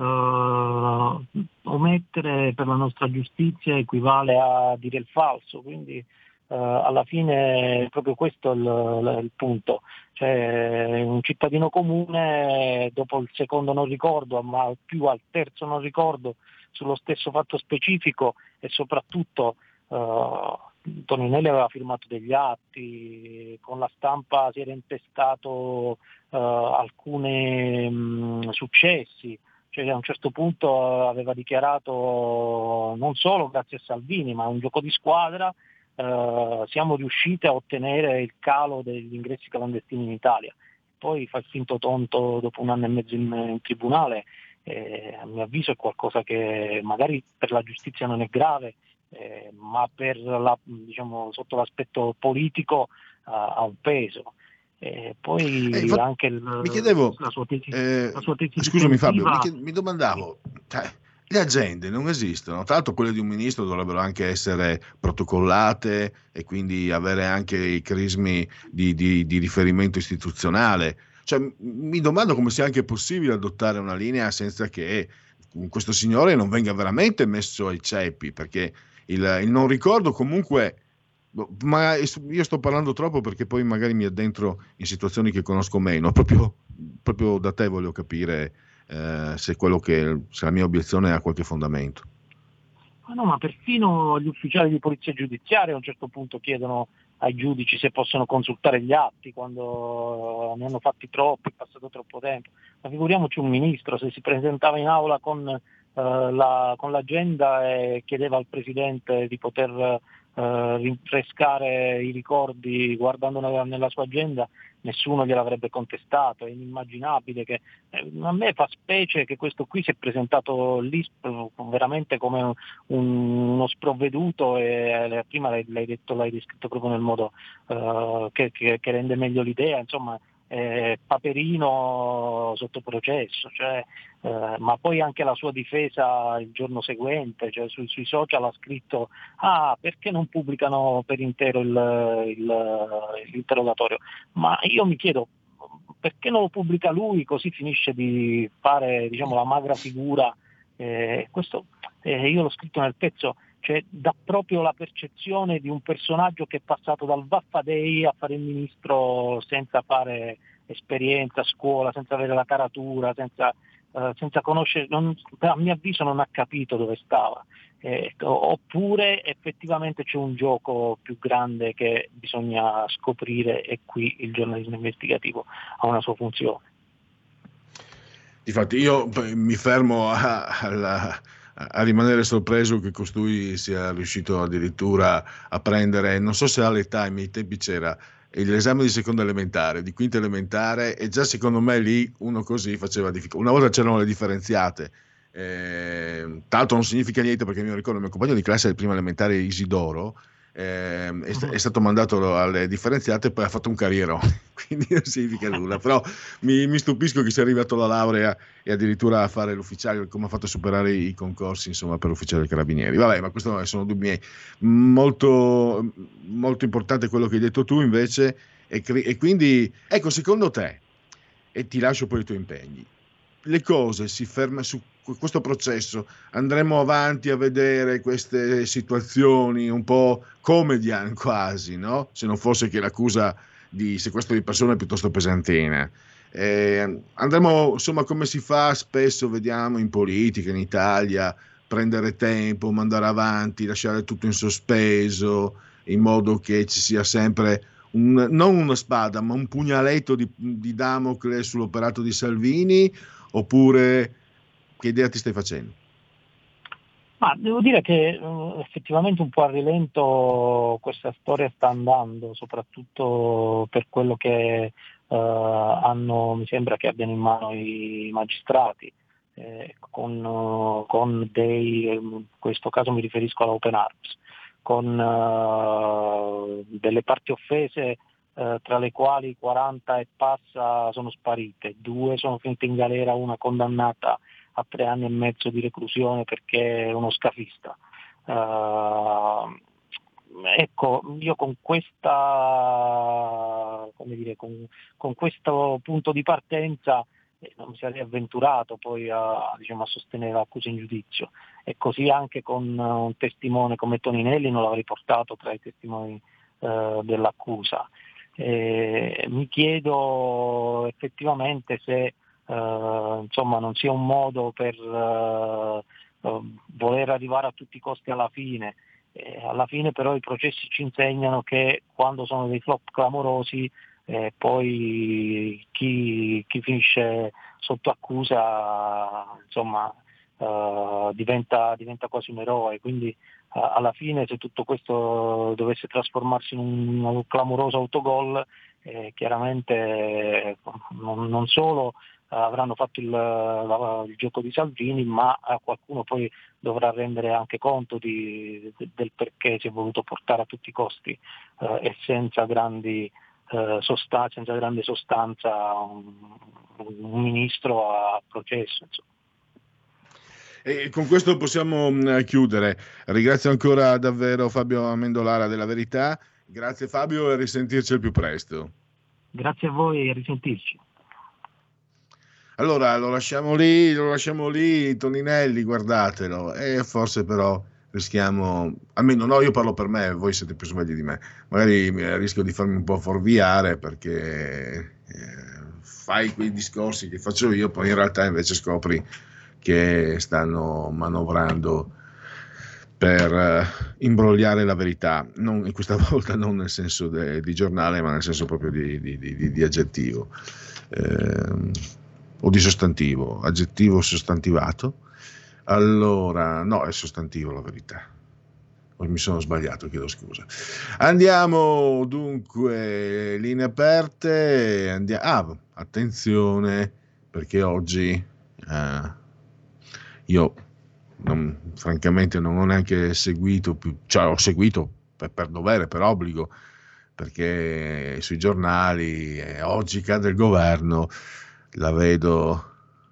Omettere per la nostra giustizia equivale a dire il falso, quindi alla fine proprio questo è il punto. Cioè, un cittadino comune, dopo il secondo non ricordo, ma più al terzo non ricordo sullo stesso fatto specifico, e soprattutto Toninelli aveva firmato degli atti, con la stampa si era intestato alcuni successi. Cioè, a un certo punto aveva dichiarato, non solo grazie a Salvini, ma un gioco di squadra, siamo riusciti a ottenere il calo degli ingressi clandestini in Italia. Poi fa il finto tonto dopo 1 anno e mezzo in tribunale. A mio avviso è qualcosa che magari per la giustizia non è grave, ma sotto l'aspetto politico ha un peso. Poi anche mi chiedevo, la sua tesi scusami Fabio, mi domandavo, le agende non esistono, tra l'altro quelle di un ministro dovrebbero anche essere protocollate e quindi avere anche i crismi di riferimento istituzionale. Cioè, mi domando come sia anche possibile adottare una linea senza che questo signore non venga veramente messo ai ceppi, perché il non ricordo comunque. Ma io sto parlando troppo, perché poi magari mi addentro in situazioni che conosco meno. Proprio da te voglio capire se la mia obiezione ha qualche fondamento. No, ma perfino gli ufficiali di polizia giudiziaria a un certo punto chiedono ai giudici se possono consultare gli atti quando ne hanno fatti troppi, è passato troppo tempo. Ma figuriamoci un ministro, se si presentava in aula con l'agenda e chiedeva al presidente di poter rinfrescare i ricordi guardando nella sua agenda, nessuno gliel'avrebbe contestato. È inimmaginabile che a me fa specie che questo qui si è presentato lì veramente come uno sprovveduto, e prima l'hai descritto proprio nel modo che rende meglio l'idea, insomma, Paperino sotto processo, cioè, ma poi anche la sua difesa il giorno seguente, cioè sui social ha scritto: perché non pubblicano per intero l'interrogatorio? Ma io mi chiedo, perché non lo pubblica lui, così finisce di fare, diciamo, la magra figura? Questo io l'ho scritto nel pezzo, cioè dà proprio la percezione di un personaggio che è passato dal Vaffa Day a fare il ministro senza fare esperienza a scuola, senza avere la caratura, senza conoscere, a mio avviso non ha capito dove stava. Oppure effettivamente c'è un gioco più grande che bisogna scoprire, e qui il giornalismo investigativo ha una sua funzione. Infatti io mi fermo a rimanere sorpreso che costui sia riuscito addirittura a prendere, non so se all'età, ai miei tempi c'era l'esame di seconda elementare, di quinta elementare, e già secondo me lì uno così faceva difficoltà. Una volta c'erano le differenziate, tanto non significa niente, perché mi ricordo il mio compagno di classe del prima elementare, Isidoro, è stato mandato alle differenziate e poi ha fatto un carrierone, quindi non significa nulla, però mi stupisco che sia arrivato alla laurea e addirittura a fare l'ufficiale, come ha fatto a superare i concorsi, insomma, per l'ufficiale dei carabinieri. Vabbè, ma questo sono dubbi miei. Molto, molto importante quello che hai detto tu invece, e quindi ecco, secondo te, e ti lascio poi i tuoi impegni, le cose si fermano su questo processo, andremo avanti a vedere queste situazioni un po' comedian quasi, no? Se non fosse che l'accusa di sequestro di persone è piuttosto pesantina. Andremo, insomma, come si fa spesso, vediamo in politica, in Italia, prendere tempo, mandare avanti, lasciare tutto in sospeso, in modo che ci sia sempre non una spada, ma un pugnaletto di Damocle sull'operato di Salvini, oppure che idea ti stai facendo? Ma devo dire che effettivamente un po' a rilento questa storia sta andando, soprattutto per quello che mi sembra che abbiano in mano i magistrati, con dei, in questo caso mi riferisco all'Open Arms, con delle parti offese tra le quali 40 e passa sono sparite, 2 sono finite in galera, una condannata a 3 anni e mezzo di reclusione perché è uno scafista. Ecco, io con questa, come dire, con questo punto di partenza non mi sarei avventurato poi a sostenere l'accusa in giudizio, e così anche con un testimone come Toninelli non l'avrei portato tra i testimoni dell'accusa. Mi chiedo effettivamente se non sia un modo per voler arrivare a tutti i costi alla fine. Alla fine però i processi ci insegnano che quando sono dei flop clamorosi poi chi finisce sotto accusa diventa quasi un eroe, quindi alla fine se tutto questo dovesse trasformarsi in un clamoroso autogol, chiaramente non solo avranno fatto il gioco di Salvini, ma qualcuno poi dovrà rendere anche conto del perché si è voluto portare a tutti i costi e senza grande sostanza un ministro a processo, insomma. E con questo possiamo chiudere. Ringrazio ancora davvero Fabio Amendolara della Verità. Grazie Fabio, e a risentirci al più presto. Grazie a voi e a risentirci. Allora lo lasciamo lì, Toninelli, guardatelo, e forse però rischiamo, almeno no, io parlo per me, voi siete più svegli di me, magari rischio di farmi un po' fuorviare perché fai quei discorsi che faccio io, poi in realtà invece scopri che stanno manovrando per imbrogliare la verità, questa volta non nel senso di giornale, ma nel senso proprio di aggettivo. O di sostantivo, aggettivo sostantivato. Allora, no, è sostantivo la verità. Poi mi sono sbagliato, chiedo scusa. Andiamo dunque, linee aperte. Attenzione, perché oggi io francamente non ho neanche seguito più, cioè ho seguito per dovere, per obbligo, perché sui giornali oggi cade il governo. La vedo,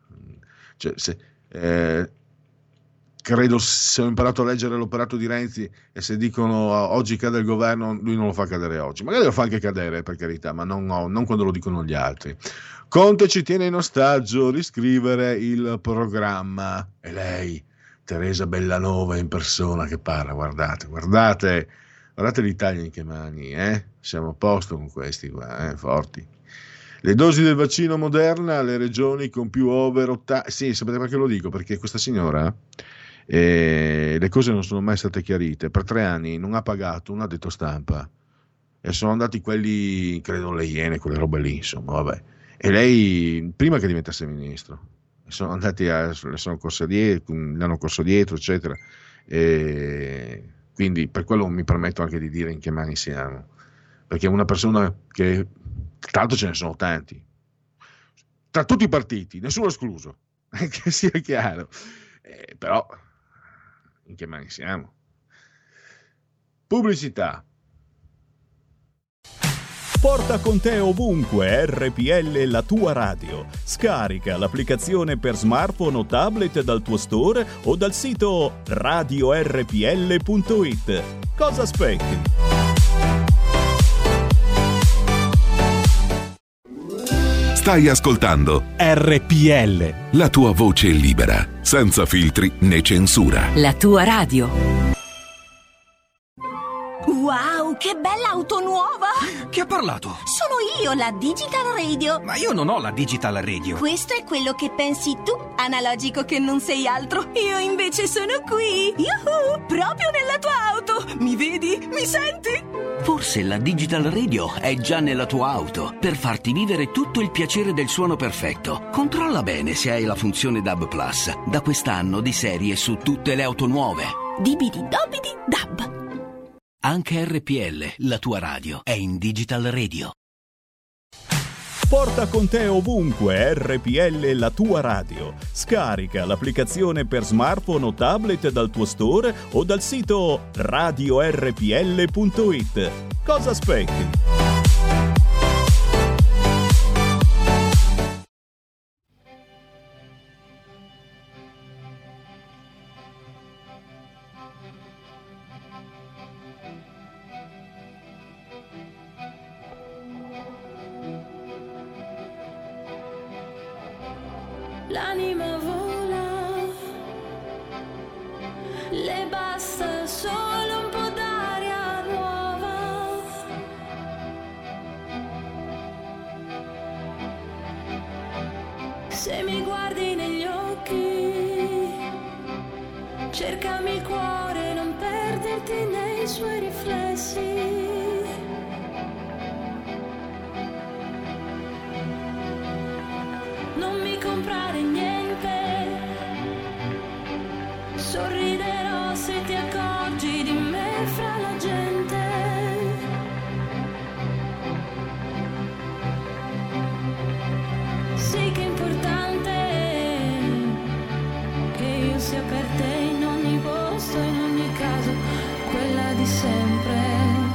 credo, se ho imparato a leggere l'operato di Renzi, e se dicono oggi cade il governo, lui non lo fa cadere oggi, magari lo fa anche cadere, per carità, ma non quando lo dicono gli altri. Conte ci tiene in ostaggio, riscrivere il programma, e lei, Teresa Bellanova in persona che parla, guardate l'Italia in che mani, siamo a posto con questi qua, forti. Le dosi del vaccino Moderna, le regioni con più over 80. Sì, sapete perché lo dico? Perché questa signora, le cose non sono mai state chiarite. Per 3 anni non ha pagato un addetto stampa. E sono andati quelli, credo le Iene, quelle robe lì, insomma, vabbè. E lei, prima che diventasse ministro, sono andati le hanno corso dietro, eccetera. E quindi per quello mi permetto anche di dire in che mani siamo. Perché una persona che, tra l'altro ce ne sono tanti, tra tutti i partiti, nessuno escluso, che sia chiaro, però in che mani siamo? Pubblicità. Porta con te ovunque RPL, la tua radio. Scarica l'applicazione per smartphone o tablet dal tuo store o dal sito radiorpl.it. Cosa aspetti? Stai ascoltando RPL, la tua voce libera, senza filtri né censura. La tua radio. Wow, che bella auto nuova! Chi ha parlato? Sono io, la Digital Radio. Ma io non ho la Digital Radio. Questo è quello che pensi tu, analogico che non sei altro. Io invece sono qui. Yuhu! Proprio nella tua auto. Mi vedi? Mi senti? Forse la Digital Radio è già nella tua auto per farti vivere tutto il piacere del suono perfetto. Controlla bene se hai la funzione DAB+. Da quest'anno di serie su tutte le auto nuove. Dibidi dobidi dab. Anche RPL, la tua radio, è in Digital Radio. Porta con te ovunque RPL, la tua radio. Scarica l'applicazione per smartphone o tablet dal tuo store o dal sito radiorpl.it. Cosa aspetti? L'anima vola, le basta solo un po' d'aria nuova. Se mi guardi negli occhi, cercami il cuore, non perderti nei suoi riflessi. Non mi comprare niente, sorriderò se ti accorgi di me fra la gente. Sì che è importante che io sia per te in ogni posto, in ogni caso, quella di sempre.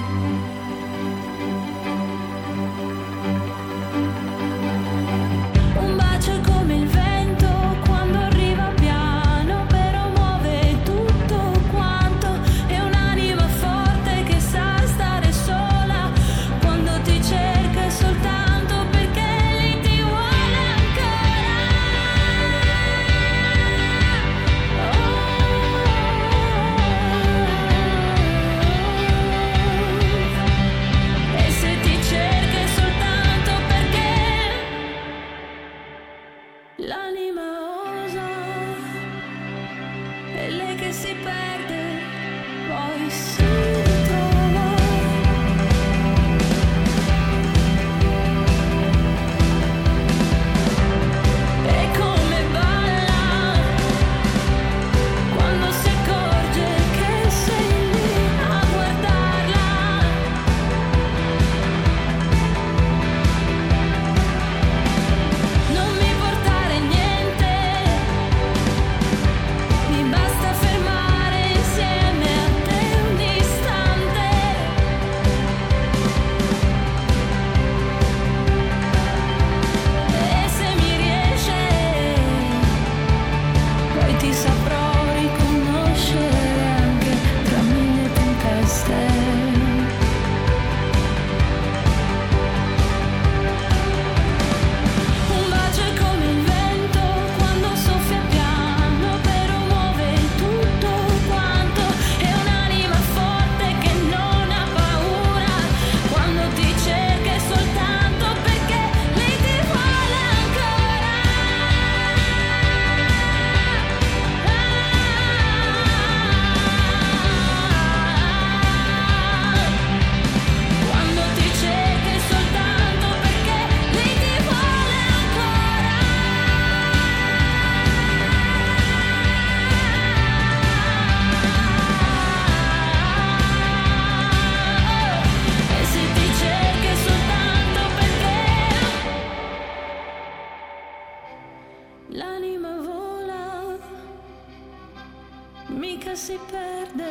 Si perde,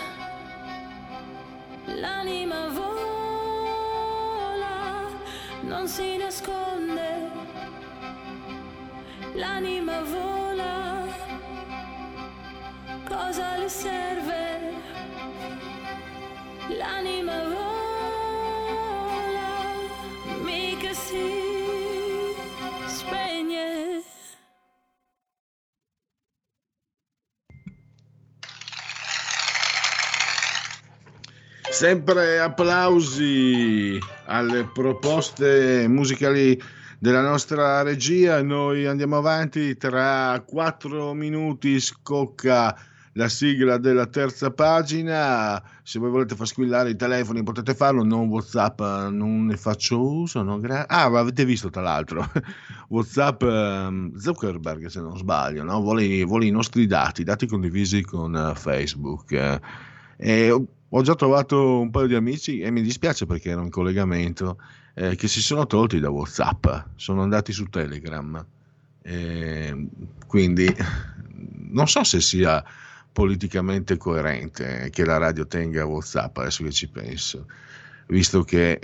l'anima vola, non si nasconde, l'anima vola, cosa le serve? L'anima vola, mica si spegne. Sempre applausi alle proposte musicali della nostra regia. Noi andiamo avanti, tra 4 minuti scocca la sigla della terza pagina. Se voi volete far squillare i telefoni potete farlo, non WhatsApp, non ne faccio uso, no? Ma avete visto tra l'altro WhatsApp, Zuckerberg se non sbaglio, no? vuole i nostri dati condivisi con Facebook, e ho già trovato un paio di amici, e mi dispiace perché ero in collegamento, che si sono tolti da WhatsApp, sono andati su Telegram, quindi non so se sia politicamente coerente che la radio tenga WhatsApp, adesso che ci penso, visto che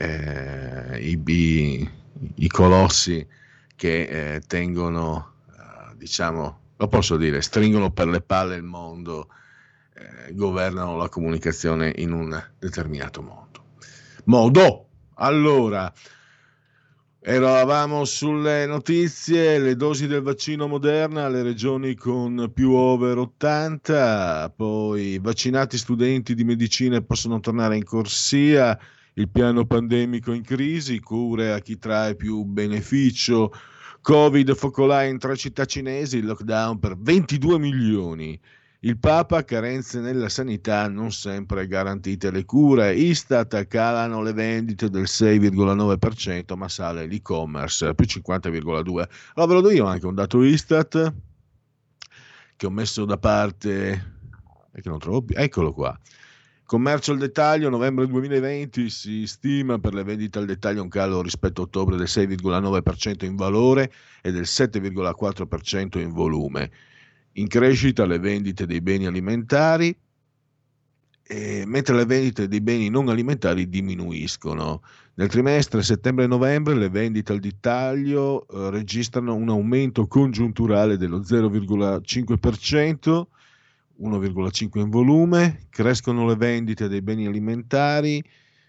i colossi che tengono, diciamo, lo posso dire, stringono per le palle il mondo, governano la comunicazione in un determinato modo. Allora, eravamo sulle notizie, le dosi del vaccino Moderna, le regioni con più over 80, poi vaccinati studenti di medicina possono tornare in corsia, il piano pandemico in crisi, cure a chi trae più beneficio, Covid, focolai in 3 città cinesi, il lockdown per 22 milioni. Il Papa, carenze nella sanità, non sempre garantite le cure. Istat, calano le vendite del 6,9%, ma sale l'e-commerce, più 50,2%. Allora ve lo do io anche un dato Istat che ho messo da parte e che non trovo più. Eccolo qua. Commercio al dettaglio, novembre 2020 si stima per le vendite al dettaglio un calo rispetto a ottobre del 6,9% in valore e del 7,4% in volume. In crescita le vendite dei beni alimentari, mentre le vendite dei beni non alimentari diminuiscono. Nel trimestre settembre-novembre le vendite al dettaglio registrano un aumento congiunturale dello 0,5%, 1,5% in volume, crescono le vendite dei beni alimentari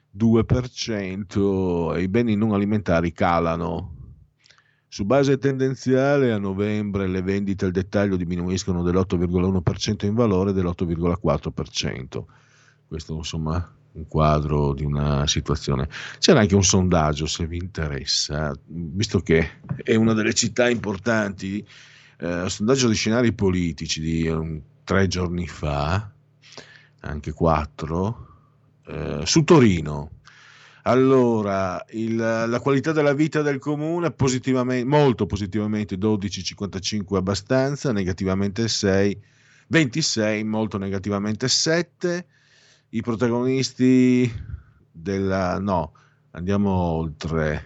2% e i beni non alimentari calano. Su base tendenziale a novembre le vendite al dettaglio diminuiscono dell'8,1% in valore e dell'8,4%. Questo insomma un quadro di una situazione. C'era anche un sondaggio, se vi interessa, visto che è una delle città importanti, sondaggio di scenari politici di 3 giorni fa, anche 4, su Torino. Allora, la qualità della vita del comune positivamente, molto positivamente 12,55 abbastanza, negativamente 6, 26, molto negativamente 7. I protagonisti no, andiamo oltre.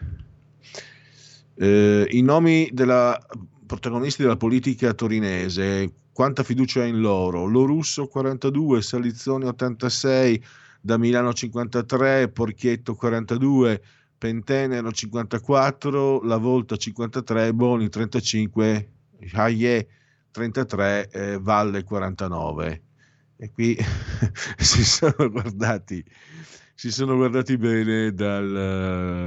I nomi della protagonisti della politica torinese, quanta fiducia ha in loro? Lorusso 42, Salizzoni 86, da Milano 53, Porchietto 42, Pentenero 54, La Volta 53, Boni 35, Hayé 33, Valle 49. E qui si sono guardati bene dal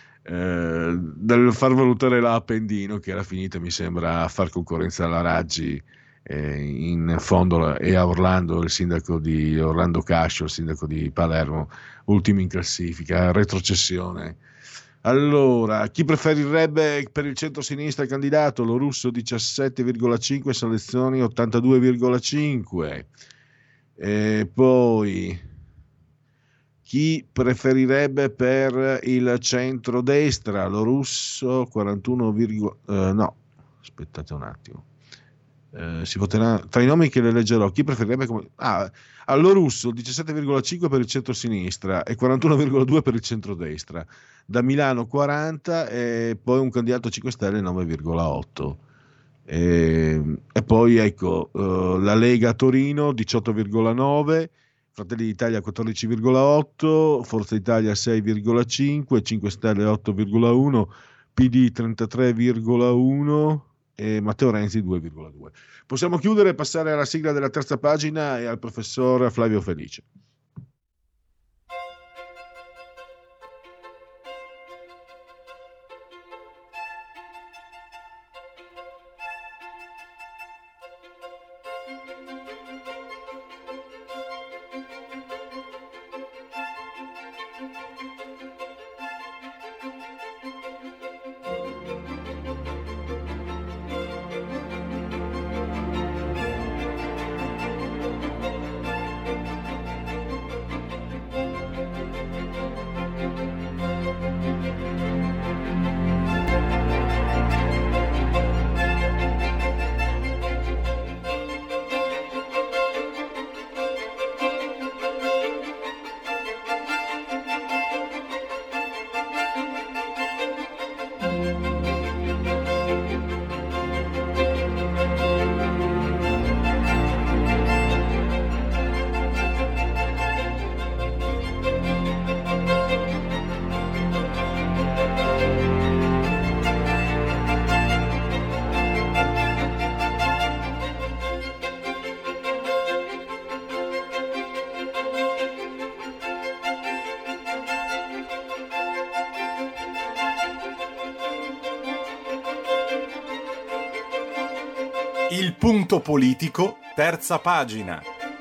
far valutare l'Appendino, che era finita, mi sembra, a far concorrenza alla Raggi, in fondo, e a Orlando, il sindaco di Orlando Cascio, il sindaco di Palermo, ultimi in classifica, retrocessione. Allora, chi preferirebbe per il centro-sinistra candidato? Lorusso 17,5, Salezioni 82,5. E poi chi preferirebbe per il centrodestra? Lorusso 41, no, aspettate un attimo. Si voterà tra i nomi che le leggerò. Chi preferirebbe Lorusso 17,5 per il centro-sinistra e 41,2 per il centrodestra. Da Milano 40 e poi un candidato 5 Stelle 9,8. E poi ecco, la Lega Torino 18,9, Fratelli d'Italia 14,8, Forza Italia 6,5, 5 Stelle 8,1, PD 33,1 e Matteo Renzi 2,2. Possiamo chiudere e passare alla sigla della terza pagina e al professor Flavio Felice. Il punto politico, terza pagina.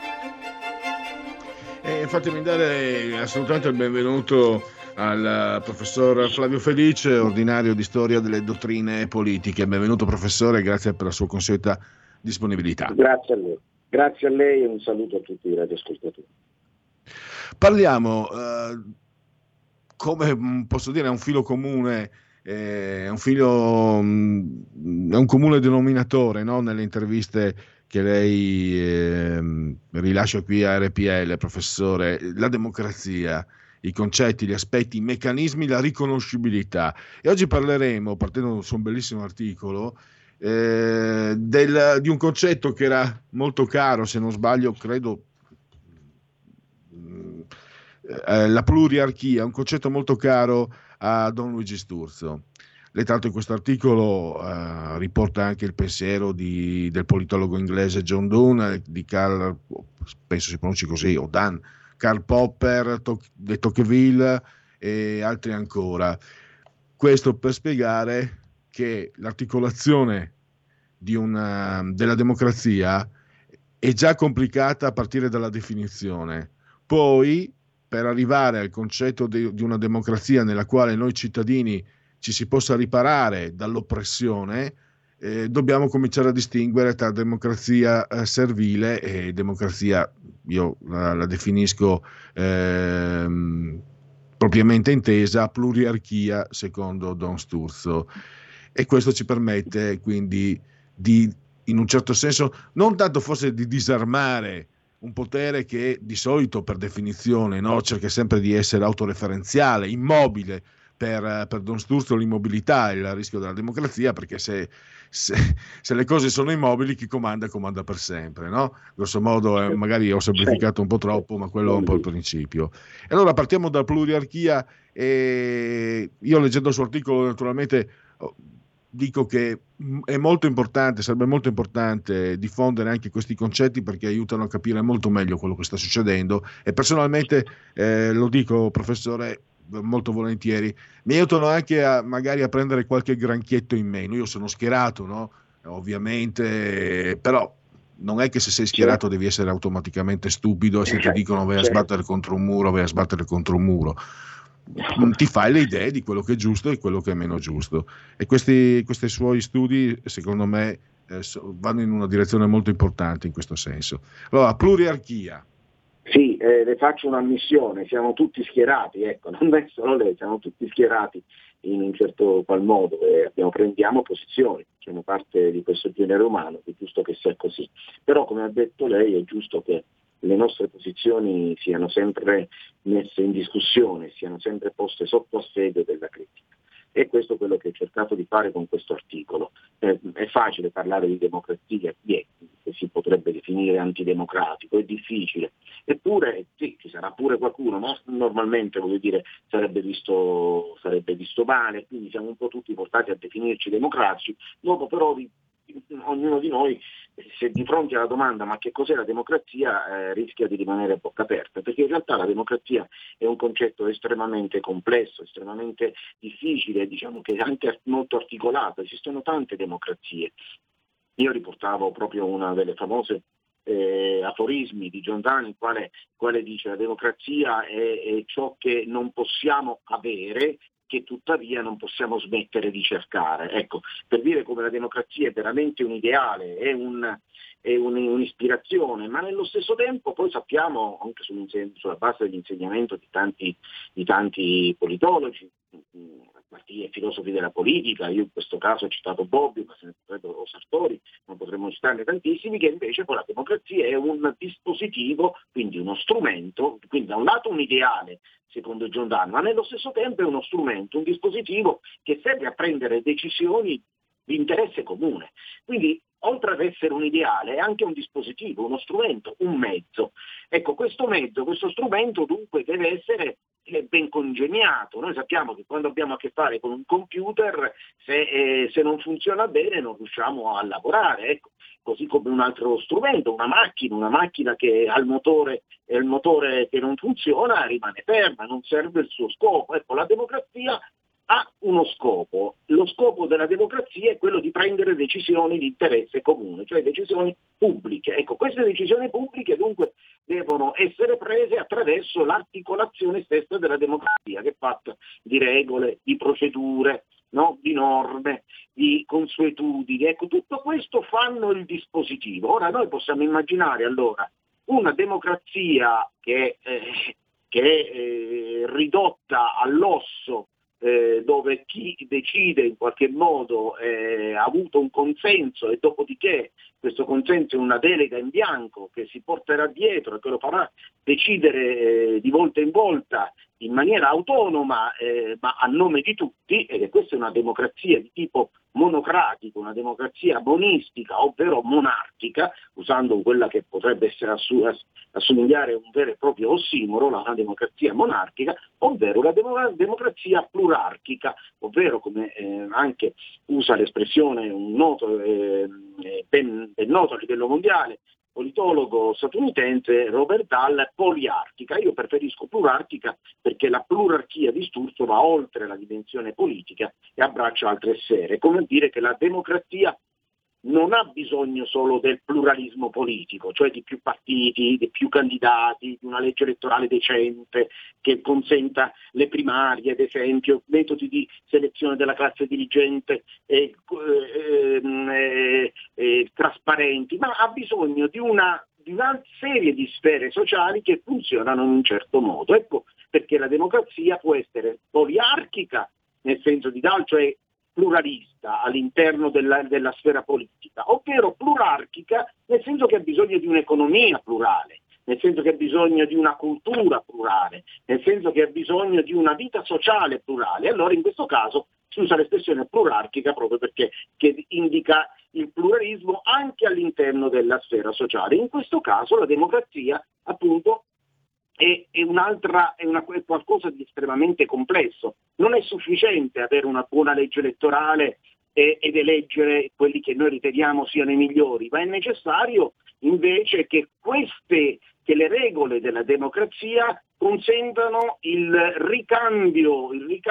Fatemi dare assolutamente il benvenuto al professor Flavio Felice, ordinario di storia delle dottrine politiche. Benvenuto professore, grazie per la sua consueta disponibilità. Grazie a lei. Grazie a lei e un saluto a tutti i radioascoltatori. Parliamo, come posso dire, è un filo comune, è un comune denominatore, no? Nelle interviste che lei rilascia qui a RPL, professore, la democrazia, i concetti, gli aspetti, i meccanismi, la riconoscibilità. E oggi parleremo, partendo da un bellissimo articolo, di un concetto che era molto caro, se non sbaglio, credo, la pluriarchia, un concetto molto caro a Don Luigi Sturzo. Lei tanto in questo articolo riporta anche il pensiero del politologo inglese John Donne, di Karl, penso si pronunci così, o Dan, Karl Popper, de Tocqueville e altri ancora. Questo per spiegare che l'articolazione della democrazia è già complicata a partire dalla definizione. Poi, per arrivare al concetto di una democrazia nella quale noi cittadini ci si possa riparare dall'oppressione, dobbiamo cominciare a distinguere tra democrazia servile e democrazia, io la definisco propriamente intesa, pluriarchia secondo Don Sturzo. E questo ci permette quindi in un certo senso, non tanto forse di disarmare un potere che di solito per definizione, no, cerca sempre di essere autoreferenziale, immobile. Per Don Sturzo l'immobilità è il rischio della democrazia, perché se le cose sono immobili, chi comanda per sempre, no? Grosso modo, magari ho semplificato un po' troppo, ma quello è un po' il principio. E allora partiamo dalla pluriarchia, e io leggendo il suo articolo naturalmente dico che è molto importante, sarebbe molto importante diffondere anche questi concetti, perché aiutano a capire molto meglio quello che sta succedendo, e personalmente lo dico, professore, molto volentieri, mi aiutano anche magari a prendere qualche granchietto in meno. Io sono schierato, no? Ovviamente, però non è che se sei schierato devi essere automaticamente stupido, e se ti dicono vai a sbattere contro un muro, vai a sbattere contro un muro. Ti fai le idee di quello che è giusto e quello che è meno giusto, e questi suoi studi secondo me vanno in una direzione molto importante in questo senso. Allora, pluriarchia. Sì, le faccio un'ammissione, siamo tutti schierati, ecco, non è solo lei, siamo tutti schierati in un certo qual modo, prendiamo posizioni, facciamo parte di questo genere umano, è giusto che sia così. Però, come ha detto lei, è giusto che le nostre posizioni siano sempre messe in discussione, siano sempre poste sotto assedio della critica. E questo è quello che ho cercato di fare con questo articolo. È facile parlare di democrazia, che si potrebbe definire antidemocratico, è difficile. Eppure sì, ci sarà pure qualcuno, ma normalmente sarebbe visto male, quindi siamo un po' tutti portati a definirci democratici. Dopo però ognuno di noi, se di fronte alla domanda ma che cos'è la democrazia, rischia di rimanere a bocca aperta, perché in realtà la democrazia è un concetto estremamente complesso, estremamente difficile, diciamo che anche molto articolato. Esistono tante democrazie. Io riportavo proprio una delle famose aforismi di John Donne, il quale dice: la democrazia è ciò che non possiamo avere, che tuttavia non possiamo smettere di cercare. Ecco, per dire come la democrazia è veramente un ideale, è un'ispirazione, ma nello stesso tempo poi sappiamo, anche sulla base dell'insegnamento di tanti politologi, e filosofi della politica, io in questo caso ho citato Bobbio, ma se ne potrebbero Sartori, non potremmo citarne tantissimi, che invece poi la democrazia è un dispositivo, quindi uno strumento, quindi da un lato un ideale, secondo John Donne, ma nello stesso tempo è uno strumento, un dispositivo che serve a prendere decisioni di interesse comune. Quindi, oltre ad essere un ideale, è anche un dispositivo, uno strumento, un mezzo. Ecco, questo strumento dunque deve essere ben congegnato. Noi sappiamo che quando abbiamo a che fare con un computer, se non funziona bene non riusciamo a lavorare. Ecco, così come un altro strumento, una macchina che ha il motore che non funziona rimane ferma, non serve il suo scopo. Ecco, la democrazia ha uno scopo. Lo scopo della democrazia è quello di prendere decisioni di interesse comune, cioè decisioni pubbliche. Ecco, queste decisioni pubbliche dunque devono essere prese attraverso l'articolazione stessa della democrazia, che è fatta di regole, di procedure, no? Di norme, di consuetudini. Ecco, tutto questo fanno il dispositivo. Ora noi possiamo immaginare allora una democrazia che è ridotta all'osso, dove chi decide in qualche modo ha avuto un consenso e dopodiché questo consenso è una delega in bianco che si porterà dietro e che lo farà decidere di volta in volta in maniera autonoma, ma a nome di tutti, ed questa è una democrazia di tipo monocratico, una democrazia monistica, ovvero monarchica, usando quella che potrebbe essere assomigliare a un vero e proprio ossimoro, una democrazia monarchica, ovvero una democrazia plurarchica, ovvero come anche usa l'espressione un noto, ben noto a livello mondiale, politologo statunitense Robert Dahl, poliarchica. Io preferisco plurarchica perché la plurarchia di Sturzo va oltre la dimensione politica e abbraccia altre sfere, come dire che la democrazia non ha bisogno solo del pluralismo politico, cioè di più partiti, di più candidati, di una legge elettorale decente che consenta le primarie, ad esempio, metodi di selezione della classe dirigente trasparenti, ma ha bisogno di una serie di sfere sociali che funzionano in un certo modo. Ecco perché la democrazia può essere poliarchica, nel senso di Dahl, cioè pluralista all'interno della sfera politica, ovvero plurarchica nel senso che ha bisogno di un'economia plurale, nel senso che ha bisogno di una cultura plurale, nel senso che ha bisogno di una vita sociale plurale. Allora in questo caso si usa l'espressione plurarchica proprio perché che indica il pluralismo anche all'interno della sfera sociale. In questo caso la democrazia appunto è qualcosa di estremamente complesso. Non è sufficiente avere una buona legge elettorale ed eleggere quelli che noi riteniamo siano i migliori, ma è necessario invece che le regole della democrazia consentano il ricambio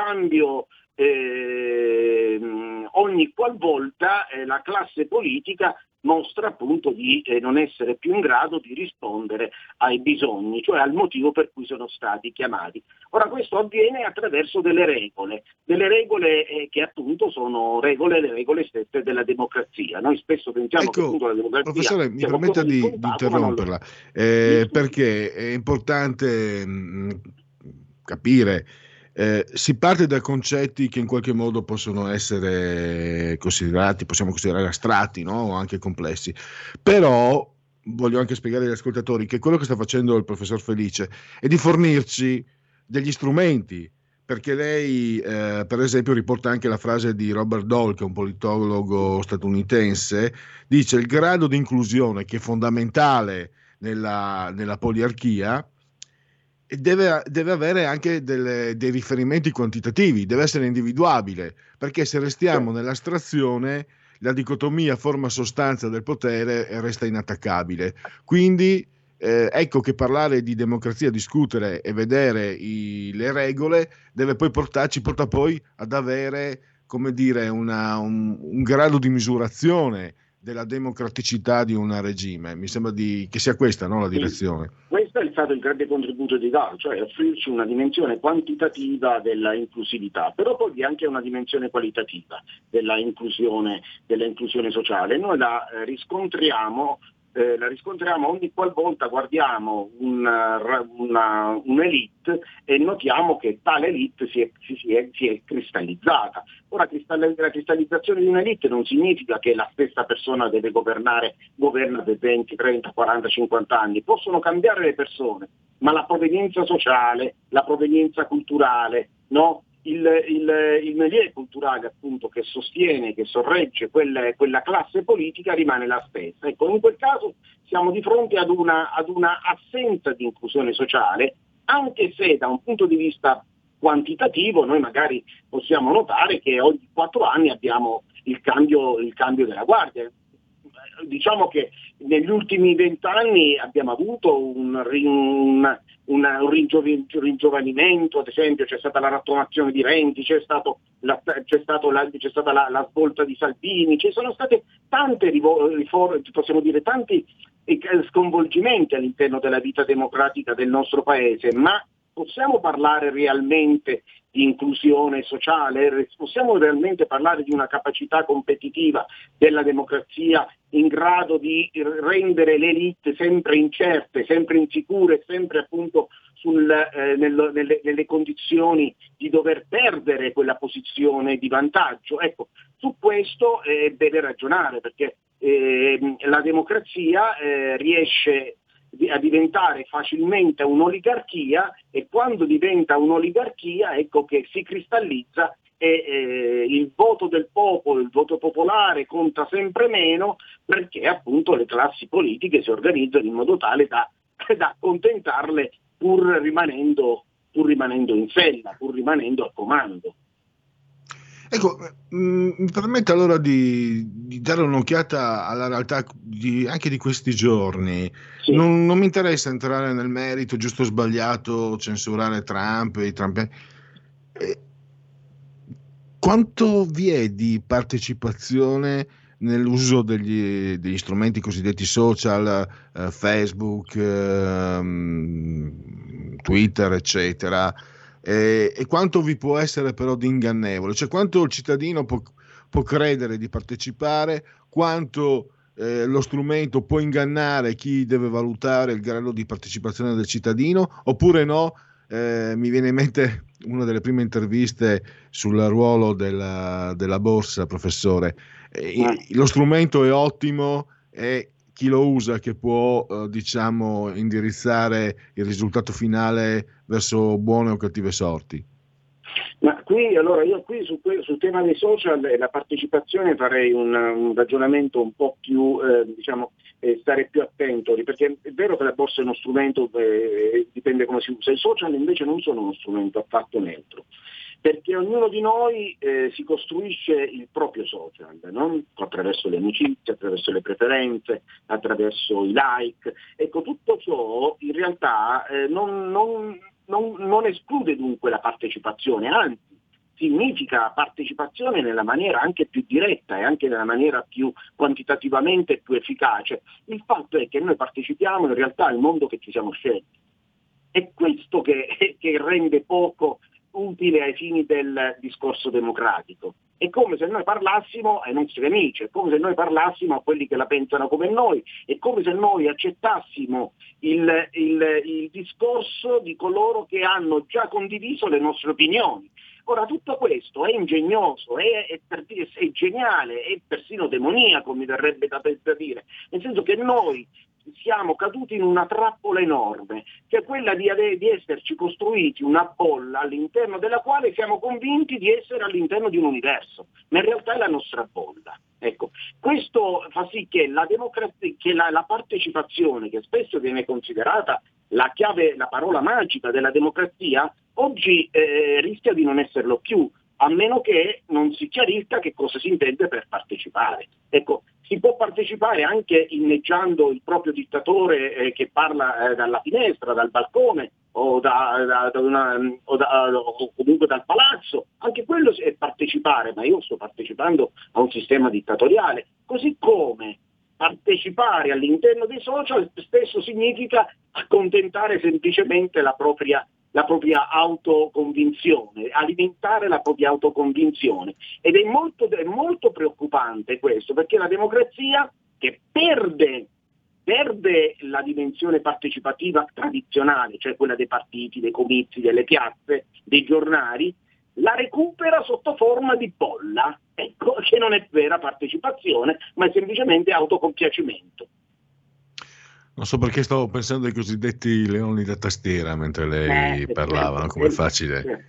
ogni qualvolta la classe politica mostra appunto di non essere più in grado di rispondere ai bisogni, cioè al motivo per cui sono stati chiamati. Ora questo avviene attraverso delle regole che appunto sono le regole stesse della democrazia. Noi spesso pensiamo che appunto la democrazia... Professore, mi permetta di interromperla, perché è importante capire. Si parte da concetti che in qualche modo possono essere possiamo considerare astratti, no? O anche complessi, però voglio anche spiegare agli ascoltatori che quello che sta facendo il professor Felice è di fornirci degli strumenti, perché lei per esempio riporta anche la frase di Robert Dahl, che è un politologo statunitense, dice il grado di inclusione che è fondamentale nella poliarchia deve avere anche dei riferimenti quantitativi, deve essere individuabile, perché se restiamo nell'astrazione la dicotomia forma-sostanza del potere resta inattaccabile. Quindi ecco che parlare di democrazia, discutere e vedere le regole ci porta poi ad avere, come dire, un grado di misurazione della democraticità di un regime. Mi sembra che sia questa, no, la direzione. Questo è stato il grande contributo di Dahl, cioè offrirci una dimensione quantitativa della inclusività, però poi vi è anche una dimensione qualitativa della inclusione sociale. Noi la riscontriamo ogni qualvolta guardiamo un'elite e notiamo che tale elite si è cristallizzata. Ora la cristallizzazione di un'elite non significa che la stessa persona governa per 20, 30, 40, 50 anni, possono cambiare le persone, ma la provenienza sociale, la provenienza culturale, no? Il milieu culturale appunto che sostiene, che sorregge quella classe politica rimane la stessa. Ecco, in quel caso siamo di fronte ad una assenza di inclusione sociale, anche se da un punto di vista quantitativo noi magari possiamo notare che ogni 4 anni abbiamo il cambio della guardia. diciamo che negli ultimi 20 anni abbiamo avuto un ringiovanimento, ad esempio c'è stata la rottamazione di Renzi, c'è stata la svolta di Salvini, ci sono state tante riforme, possiamo dire tanti sconvolgimenti all'interno della vita democratica del nostro paese, ma possiamo parlare realmente di inclusione sociale? Possiamo realmente parlare di una capacità competitiva della democrazia in grado di rendere le elite sempre incerte, sempre insicure, sempre appunto nelle condizioni di dover perdere quella posizione di vantaggio? Ecco, su questo deve ragionare, perché la democrazia riesce a diventare facilmente un'oligarchia, e quando diventa un'oligarchia ecco che si cristallizza e il voto del popolo, il voto popolare conta sempre meno, perché appunto le classi politiche si organizzano in modo tale da accontentarle pur rimanendo in sella, pur rimanendo al comando. Ecco, mi permette allora di dare un'occhiata alla realtà anche di questi giorni. Sì. Non mi interessa entrare nel merito, giusto o sbagliato, censurare Trump, i Trump. Quanto vi è di partecipazione nell'uso degli strumenti cosiddetti social, Facebook, Twitter, eccetera? E quanto vi può essere però di ingannevole, cioè quanto il cittadino può credere di partecipare, quanto lo strumento può ingannare chi deve valutare il grado di partecipazione del cittadino, oppure no. Mi viene in mente una delle prime interviste sul ruolo della borsa, professore. Lo strumento è ottimo, e chi lo usa che può indirizzare il risultato finale verso buone o cattive sorti. Ma io sul tema dei social e la partecipazione farei un ragionamento un po' più stare più attento, perché è vero che la borsa è uno strumento, dipende come si usa. I social invece non sono uno strumento affatto neutro, perché ognuno di noi si costruisce il proprio social, no? Attraverso le amicizie, attraverso le preferenze, attraverso i like. Ecco, tutto ciò in realtà non esclude dunque la partecipazione, anzi significa partecipazione nella maniera anche più diretta e anche nella maniera più quantitativamente più efficace. Il fatto è che noi partecipiamo in realtà al mondo che ci siamo scelti. È questo che rende poco utile ai fini del discorso democratico. È come se noi parlassimo ai nostri amici, è come se noi parlassimo a quelli che la pensano come noi, è come se noi accettassimo il discorso di coloro che hanno già condiviso le nostre opinioni. Ora, tutto questo è ingegnoso, è geniale, è persino demoniaco, mi verrebbe da dire, nel senso che noi siamo caduti in una trappola enorme, che è quella di esserci costruiti una bolla all'interno della quale siamo convinti di essere all'interno di un universo, ma in realtà è la nostra bolla. Ecco, questo fa sì che la democrazia, che la partecipazione, che spesso viene considerata la chiave, la parola magica della democrazia, oggi rischia di non esserlo più, a meno che non si chiarisca che cosa si intende per partecipare. Ecco, si può partecipare anche inneggiando il proprio dittatore che parla dalla finestra, dal balcone o comunque dal palazzo, anche quello è partecipare, ma io sto partecipando a un sistema dittatoriale, così come partecipare all'interno dei social spesso significa accontentare semplicemente la propria autoconvinzione, alimentare la propria autoconvinzione, ed è molto preoccupante questo, perché la democrazia, che perde la dimensione partecipativa tradizionale, cioè quella dei partiti, dei comizi, delle piazze, dei giornali, la recupera sotto forma di bolla, ecco, che non è vera partecipazione, ma è semplicemente autocompiacimento. Non so perché stavo pensando ai cosiddetti leoni da tastiera mentre lei parlava, no? Come è facile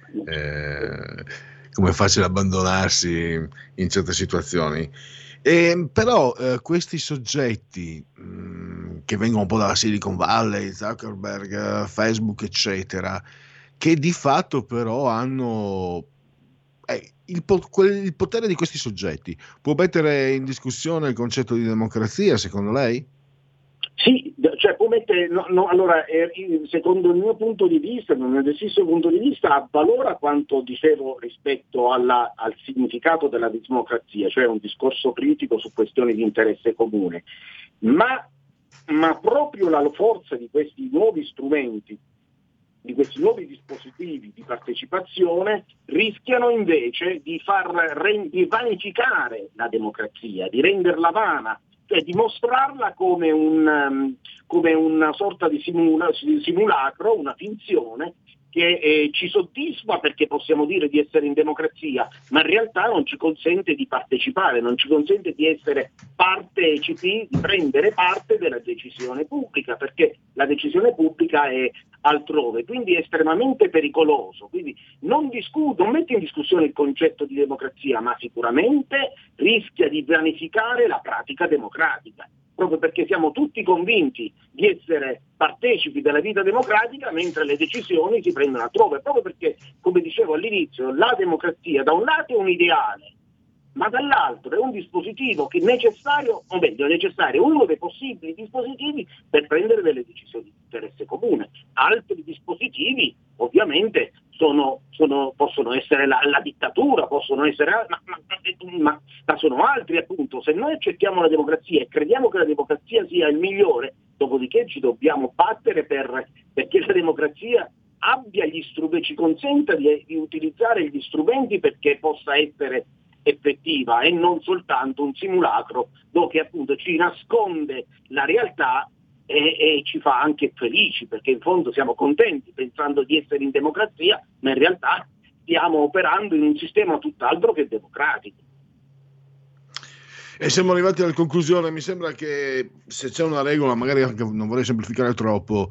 abbandonarsi in certe situazioni. Però questi soggetti che vengono un po' dalla Silicon Valley, Zuckerberg, Facebook, eccetera, che di fatto però hanno il potere di questi soggetti può mettere in discussione il concetto di democrazia, secondo lei? Sì, cioè può mettere, allora, secondo il mio punto di vista, il mio stesso punto di vista, avvalora quanto dicevo rispetto al significato della democrazia, cioè un discorso critico su questioni di interesse comune, ma proprio la forza di questi nuovi strumenti, di questi nuovi dispositivi di partecipazione rischiano invece di vanificare la democrazia, di renderla vana, cioè di mostrarla come una sorta di simulacro, una finzione che ci soddisfa perché possiamo dire di essere in democrazia, ma in realtà non ci consente di partecipare, non ci consente di essere partecipi, di prendere parte della decisione pubblica, perché la decisione pubblica è altrove, quindi è estremamente pericoloso. Quindi non mette in discussione il concetto di democrazia, ma sicuramente rischia di vanificare la pratica democratica, proprio perché siamo tutti convinti di essere partecipi della vita democratica mentre le decisioni si prendono altrove, proprio perché, come dicevo all'inizio, la democrazia da un lato è un ideale, ma dall'altro è un dispositivo che è uno dei possibili dispositivi per prendere delle decisioni di interesse comune. Altri dispositivi ovviamente possono essere la dittatura, possono essere, ma sono altri appunto. Se noi accettiamo la democrazia e crediamo che la democrazia sia il migliore, dopodiché ci dobbiamo battere perché la democrazia abbia ci consenta di utilizzare gli strumenti perché possa essere effettiva e non soltanto un simulacro dove appunto ci nasconde la realtà e ci fa anche felici, perché in fondo siamo contenti pensando di essere in democrazia, ma in realtà stiamo operando in un sistema tutt'altro che democratico. E siamo arrivati alla conclusione. Mi sembra che se c'è una regola, magari anche non vorrei semplificare troppo,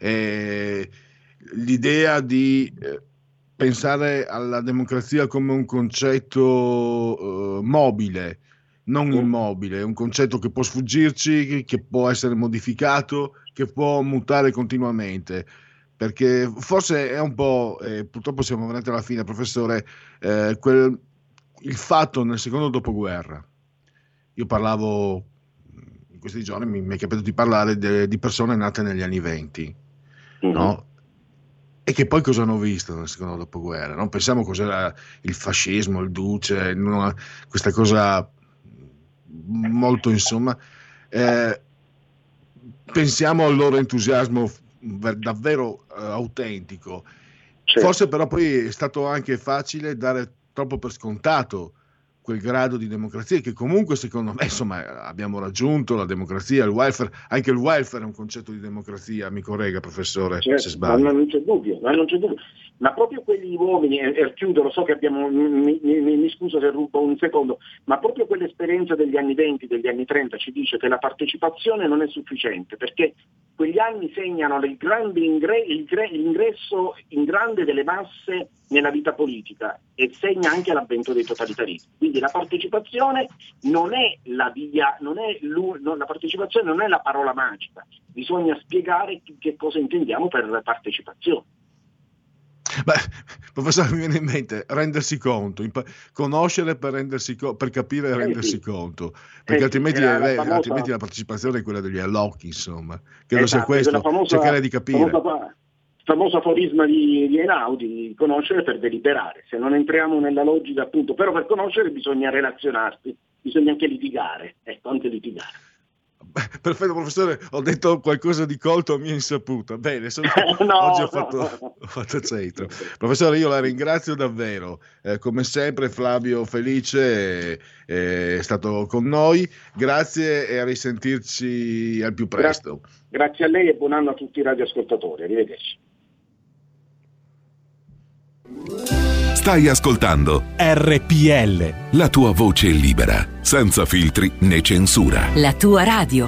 l'idea di pensare alla democrazia come un concetto mobile, non immobile, un concetto che può sfuggirci, che può essere modificato, che può mutare continuamente, perché forse è un po', purtroppo siamo venuti alla fine, professore, il fatto nel secondo dopoguerra, io parlavo in questi giorni, mi è capitato di parlare di persone nate negli anni 20, no? E che poi cosa hanno visto nel secondo dopoguerra? Non pensiamo cos'era il fascismo, il duce, questa cosa molto, insomma, pensiamo al loro entusiasmo davvero autentico. Certo. Forse però poi è stato anche facile dare troppo per scontato quel grado di democrazia che comunque secondo me, insomma, abbiamo raggiunto, la democrazia, il welfare, anche il welfare è un concetto di democrazia, mi corregga professore, certo, se sbaglio. Ma non c'è dubbio, ma proprio quegli uomini, e chiudo, lo so che mi scuso se rubo un secondo, ma proprio quell'esperienza degli anni 20, degli anni 30 ci dice che la partecipazione non è sufficiente, perché quegli anni segnano l'ingresso in grande delle masse nella vita politica e segna anche l'avvento dei totalitarismi. Quindi la partecipazione non è la via, la partecipazione non è la parola magica, bisogna spiegare che cosa intendiamo per partecipazione. Beh, professore, mi viene in mente rendersi conto, conoscere per capire e rendersi conto, perché altrimenti la partecipazione è quella degli allocchi, insomma. Credo sia questo, cercare di capire. Famoso aforisma di Einaudi, conoscere per deliberare. Se non entriamo nella logica, appunto, però per conoscere bisogna relazionarsi, bisogna anche litigare, anche litigare. Perfetto professore, ho detto qualcosa di colto a mia insaputa. Bene, oggi ho fatto centro. Professore, io la ringrazio davvero, come sempre Flavio Felice è stato con noi, grazie e a risentirci al più presto. Grazie a lei e buon anno a tutti i radioascoltatori, arrivederci. Stai ascoltando RPL, la tua voce libera, senza filtri né censura. La tua radio.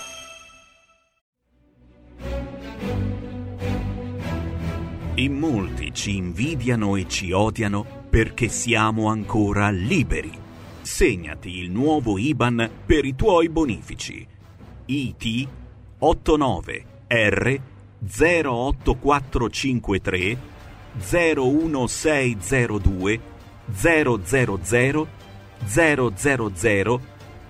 In molti ci invidiano e ci odiano perché siamo ancora liberi. Segnati il nuovo IBAN per i tuoi bonifici. IT 89 R 08453 01602 000 000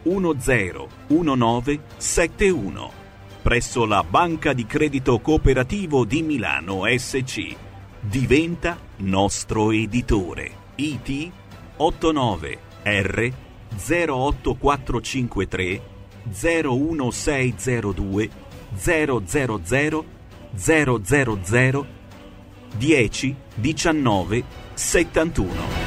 101971 presso la Banca di Credito Cooperativo di Milano SC. Diventa nostro editore. IT 89 R 08453 01602 000 000 10 19 71.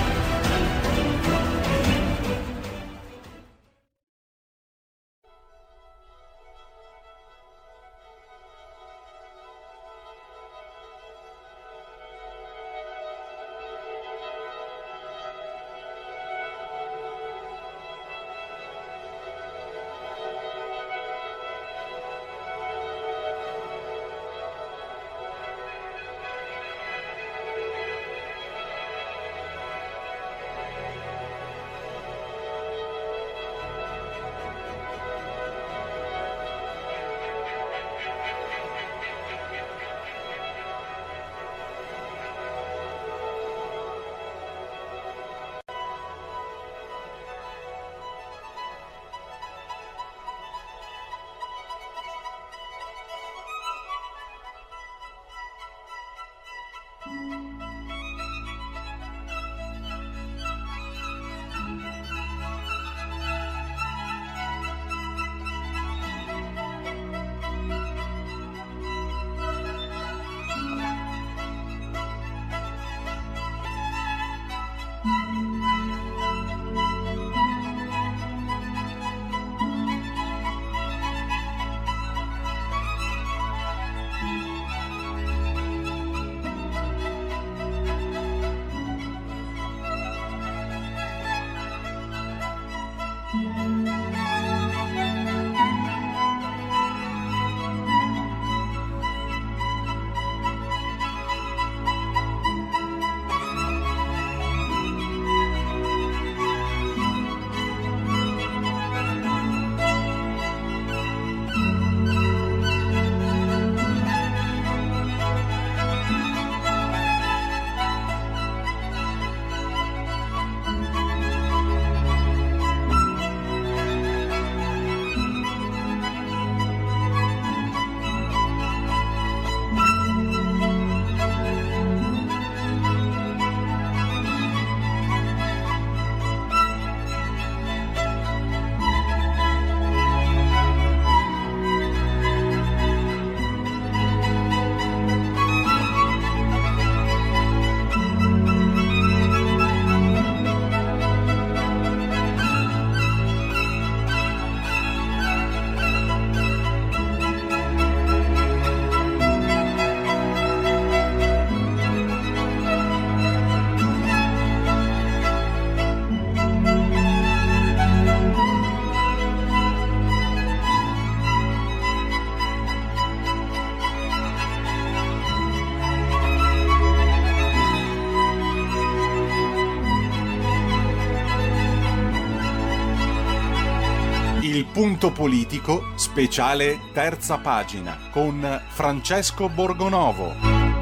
Il punto politico, speciale terza pagina, con Francesco Borgonovo.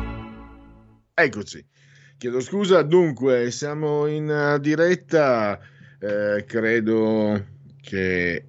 Eccoci, chiedo scusa, dunque siamo in diretta, credo che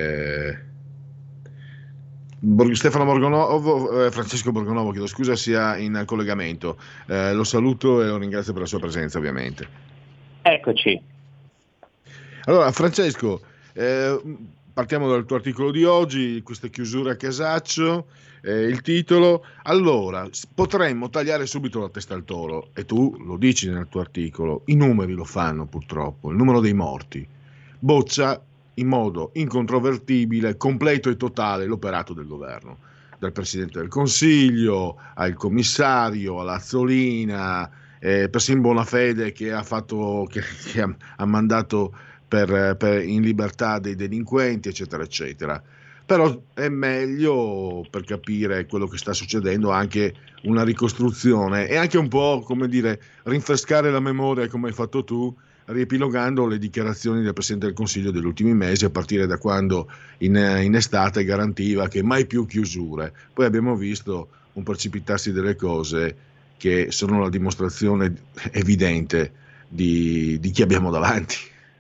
Stefano Borgonovo, Francesco Borgonovo, chiedo scusa, sia in collegamento. Lo saluto e lo ringrazio per la sua presenza, ovviamente. Eccoci. Allora, Francesco, partiamo dal tuo articolo di oggi, questa chiusura a casaccio, il titolo. Allora, potremmo tagliare subito la testa al toro, e tu lo dici nel tuo articolo, i numeri lo fanno purtroppo, il numero dei morti boccia in modo incontrovertibile, completo e totale l'operato del governo, dal Presidente del Consiglio al commissario, all'Azzolina, persino Bonafede che ha mandato in libertà dei delinquenti, eccetera, eccetera. Però è meglio, per capire quello che sta succedendo, anche una ricostruzione e anche un po', come dire, rinfrescare la memoria, come hai fatto tu, riepilogando le dichiarazioni del Presidente del Consiglio degli ultimi mesi, a partire da quando in estate garantiva che mai più chiusure. Poi abbiamo visto un precipitarsi delle cose che sono la dimostrazione evidente di chi abbiamo davanti.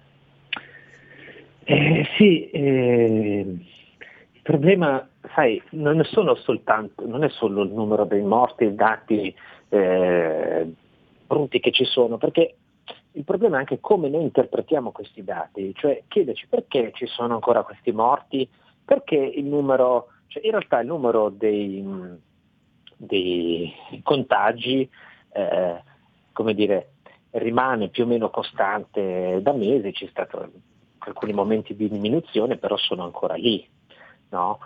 Sì, il problema, sai, non è solo il numero dei morti, i dati brutti che ci sono, perché il problema è anche come noi interpretiamo questi dati, cioè chiederci perché ci sono ancora questi morti, perché il numero, cioè in realtà il numero dei contagi, come dire, rimane più o meno costante da mesi, c'è stato alcuni momenti di diminuzione, però sono ancora lì, no?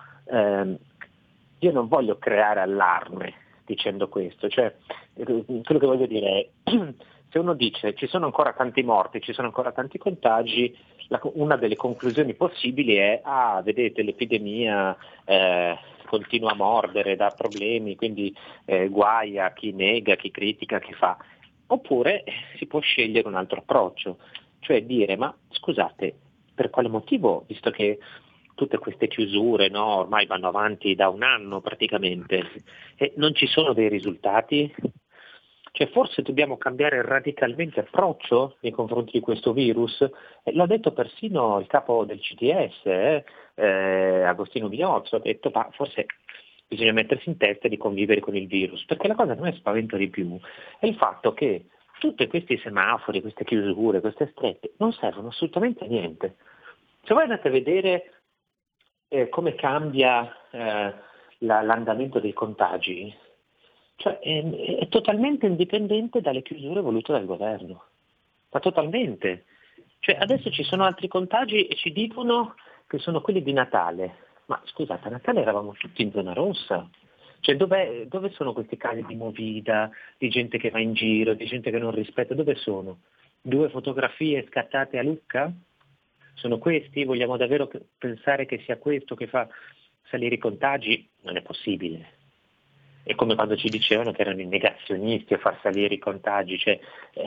Io non voglio creare allarme dicendo questo, cioè quello che voglio dire è se uno dice ci sono ancora tanti morti, ci sono ancora tanti contagi, una delle conclusioni possibili è vedete l'epidemia continua a mordere, dà problemi, quindi guai a chi nega, chi critica, chi fa. Oppure si può scegliere un altro approccio, cioè dire ma scusate, per quale motivo, visto che tutte queste chiusure, no, ormai vanno avanti da un anno praticamente, e non ci sono dei risultati? Cioè forse dobbiamo cambiare radicalmente approccio nei confronti di questo virus? L'ha detto persino il capo del CTS, Agostino Viozzo, ha detto ma forse bisogna mettersi in testa di convivere con il virus, perché la cosa che a me spaventa di più è il fatto che tutti questi semafori, queste chiusure, queste strette non servono assolutamente a niente. Se voi andate a vedere come cambia l'andamento dei contagi, cioè è totalmente indipendente dalle chiusure volute dal governo, ma totalmente. Cioè adesso ci sono altri contagi e ci dicono che sono quelli di Natale, ma scusate, a Natale eravamo tutti in zona rossa, cioè dove sono questi casi di movida, di gente che va in giro, di gente che non rispetta, dove sono? 2 fotografie scattate a Lucca? Sono questi? Vogliamo davvero pensare che sia questo che fa salire i contagi? Non è possibile. È come quando ci dicevano che erano i negazionisti a far salire i contagi, cioè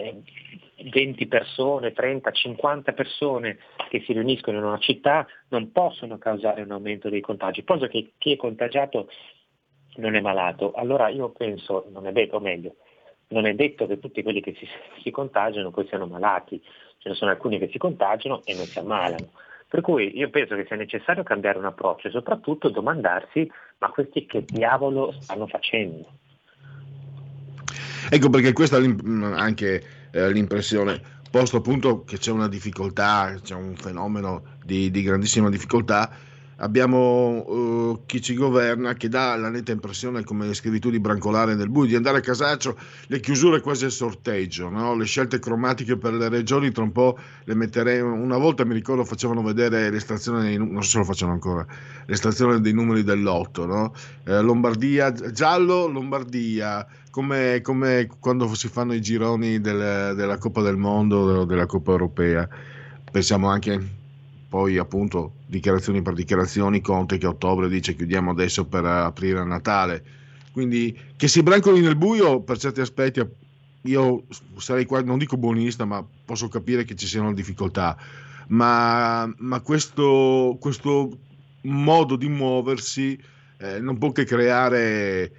20 persone, 30, 50 persone che si riuniscono in una città non possono causare un aumento dei contagi, cosa che chi è contagiato non è malato. Allora io penso, non è detto che tutti quelli che si contagiano poi siano malati, ce ne sono alcuni che si contagiano e non si ammalano. Per cui io penso che sia necessario cambiare un approccio e soprattutto domandarsi ma questi che diavolo stanno facendo? Ecco perché questa è anche l'impressione, posto appunto che c'è una difficoltà, c'è un fenomeno di grandissima difficoltà. Abbiamo chi ci governa che dà la netta impressione, come scrivi tu, di brancolare nel buio, di andare a casaccio, le chiusure quasi al sorteggio, no? Le scelte cromatiche per le regioni tra un po' le metterei. Una volta mi ricordo facevano vedere l'estrazione non so se lo facciano ancora, l'estrazione dei numeri del lotto, no? Lombardia, giallo Lombardia, come quando si fanno i gironi della Coppa del Mondo, della Coppa Europea. Pensiamo anche poi appunto dichiarazioni per dichiarazioni, Conte che a ottobre dice chiudiamo adesso per aprire a Natale, quindi che si brancoli nel buio per certi aspetti io sarei qua, non dico buonista, ma posso capire che ci siano difficoltà, ma questo modo di muoversi non può che creare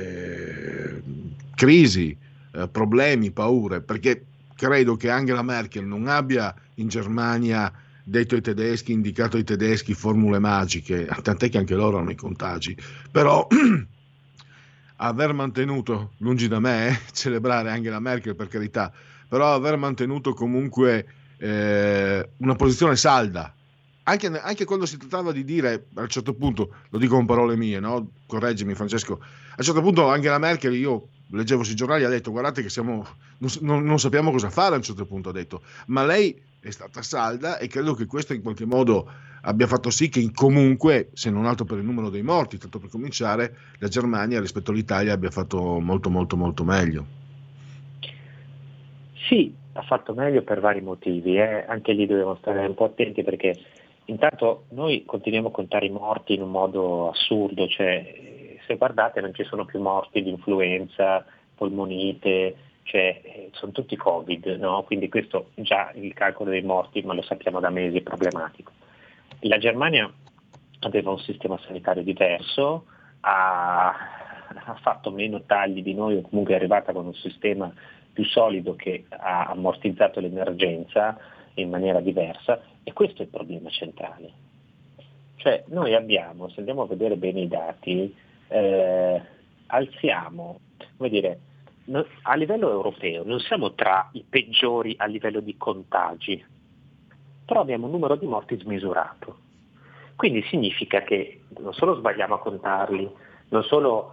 crisi, problemi, paure, perché credo che Angela Merkel non abbia in Germania detto ai tedeschi, indicato ai tedeschi formule magiche, tant'è che anche loro hanno i contagi, però aver mantenuto, lungi da me celebrare Angela Merkel per carità, però aver mantenuto comunque una posizione salda, anche quando si trattava di dire, a un certo punto, lo dico con parole mie, no? Correggimi Francesco, a un certo punto Angela Merkel, io leggevo sui giornali, ha detto guardate che non sappiamo cosa fare, a un certo punto ha detto, ma lei è stata salda e credo che questo in qualche modo abbia fatto sì che comunque, se non altro per il numero dei morti, tanto per cominciare, la Germania rispetto all'Italia abbia fatto molto molto molto meglio. Sì, ha fatto meglio per vari motivi, anche lì dobbiamo stare un po' attenti perché intanto noi continuiamo a contare i morti in un modo assurdo, cioè se guardate non ci sono più morti di influenza, polmonite, cioè sono tutti Covid, no? Quindi questo già il calcolo dei morti, ma lo sappiamo da mesi, è problematico. La Germania aveva un sistema sanitario diverso, ha fatto meno tagli di noi o comunque è arrivata con un sistema più solido che ha ammortizzato l'emergenza in maniera diversa, e questo è il problema centrale. Cioè noi abbiamo, se andiamo a vedere bene i dati, alziamo, come dire, a livello europeo non siamo tra i peggiori a livello di contagi, però abbiamo un numero di morti smisurato. Quindi significa che non solo sbagliamo a contarli, non solo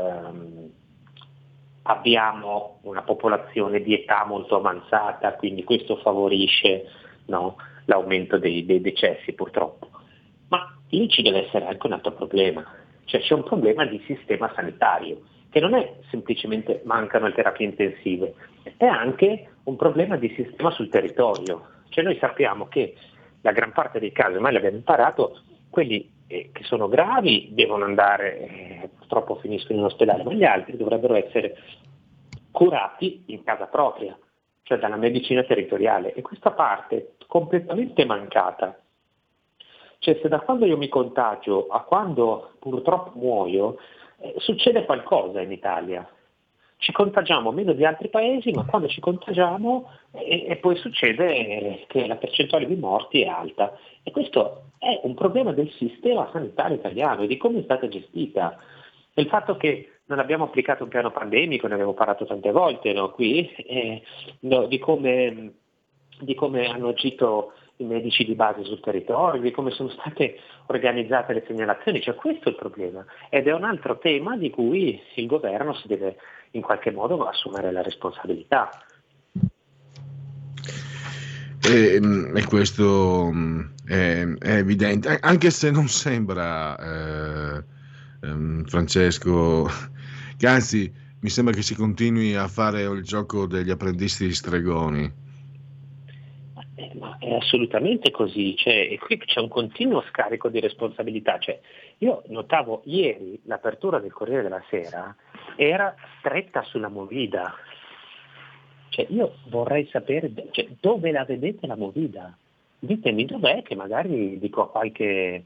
abbiamo una popolazione di età molto avanzata, quindi questo favorisce, no, l'aumento dei decessi purtroppo, ma lì ci deve essere anche un altro problema, cioè c'è un problema di sistema sanitario, che non è semplicemente mancano le terapie intensive, è anche un problema di sistema sul territorio. Cioè noi sappiamo che la gran parte dei casi, ormai l'abbiamo imparato, quelli che sono gravi devono andare, purtroppo finiscono in ospedale, ma gli altri dovrebbero essere curati in casa propria, cioè dalla medicina territoriale, e questa parte è completamente mancata. Cioè se da quando io mi contagio a quando purtroppo muoio, succede qualcosa in Italia. Ci contagiamo meno di altri paesi, ma quando ci contagiamo e poi succede che la percentuale di morti è alta. E questo è un problema del sistema sanitario italiano e di come è stata gestita. Il fatto che non abbiamo applicato un piano pandemico, ne abbiamo parlato tante volte, no, qui, di come hanno agito i medici di base sul territorio, di come sono state organizzate le segnalazioni, cioè questo è il problema. Ed è un altro tema di cui il governo si deve in qualche modo assumere la responsabilità. E questo è evidente, anche se non sembra, Francesco, che anzi mi sembra che si continui a fare il gioco degli apprendisti stregoni. Ma è assolutamente così, e qui c'è un continuo scarico di responsabilità. Io notavo ieri l'apertura del Corriere della Sera era stretta sulla Movida. Io vorrei sapere dove la vedete la Movida. Ditemi dov'è, che magari dico a qualche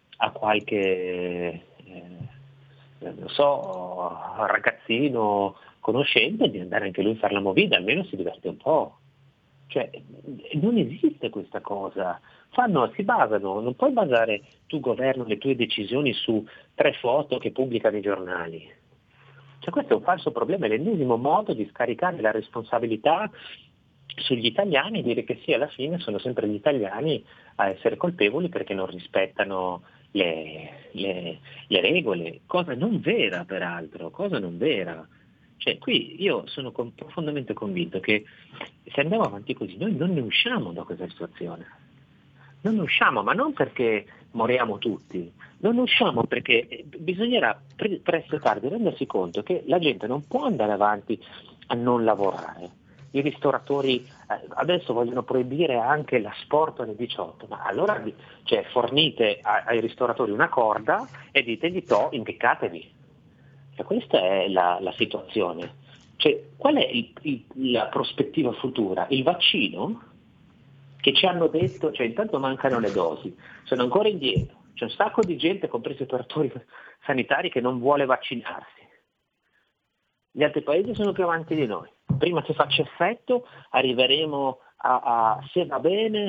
non so, ragazzino conoscente di andare anche lui a fare la Movida, almeno si diverte un po'. Non esiste questa cosa. Si basano, non puoi basare tu governo le tue decisioni su 3 foto che pubblicano i giornali. Questo è un falso problema, è l'ennesimo modo di scaricare la responsabilità sugli italiani e dire che sì, alla fine sono sempre gli italiani a essere colpevoli perché non rispettano le regole, cosa non vera peraltro, cosa non vera. Qui io sono profondamente convinto che se andiamo avanti così noi non ne usciamo da questa situazione. Non ne usciamo, ma non perché moriamo tutti, non ne usciamo perché bisognerà presto o tardi rendersi conto che la gente non può andare avanti a non lavorare. I ristoratori adesso vogliono proibire anche l'asporto alle 18, ma allora fornite ai ristoratori una corda e ditegli impiccatevi. Questa è la situazione. Qual è la prospettiva futura? Il vaccino? Che ci hanno detto, intanto mancano le dosi, sono ancora indietro, c'è un sacco di gente, compresi i operatori sanitari, che non vuole vaccinarsi. Gli altri paesi sono più avanti di noi. Prima che faccia effetto arriveremo se va bene,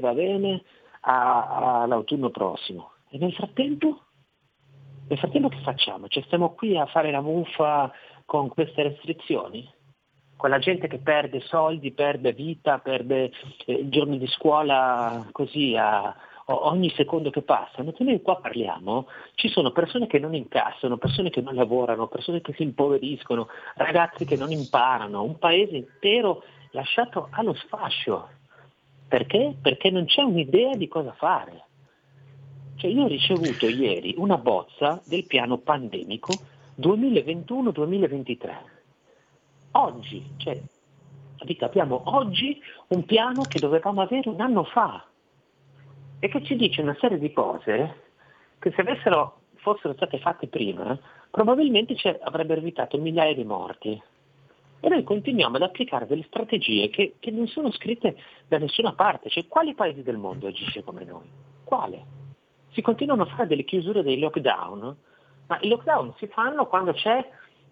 all'autunno prossimo. E nel frattempo che facciamo? Stiamo qui a fare la muffa con queste restrizioni? Con la gente che perde soldi, perde vita, perde giorni di scuola così ogni secondo che passa. Mentre noi qua parliamo, ci sono persone che non incassano, persone che non lavorano, persone che si impoveriscono, ragazzi che non imparano, un paese intero lasciato allo sfascio. Perché? Perché non c'è un'idea di cosa fare. Io ho ricevuto ieri una bozza del piano pandemico 2021-2023. Oggi, abbiamo oggi un piano che dovevamo avere un anno fa e che ci dice una serie di cose che se fossero state fatte prima probabilmente avrebbero evitato migliaia di morti. E noi continuiamo ad applicare delle strategie che non sono scritte da nessuna parte. Quali paesi del mondo agisce come noi? Quale? Si continuano a fare delle chiusure, dei lockdown, ma i lockdown si fanno quando c'è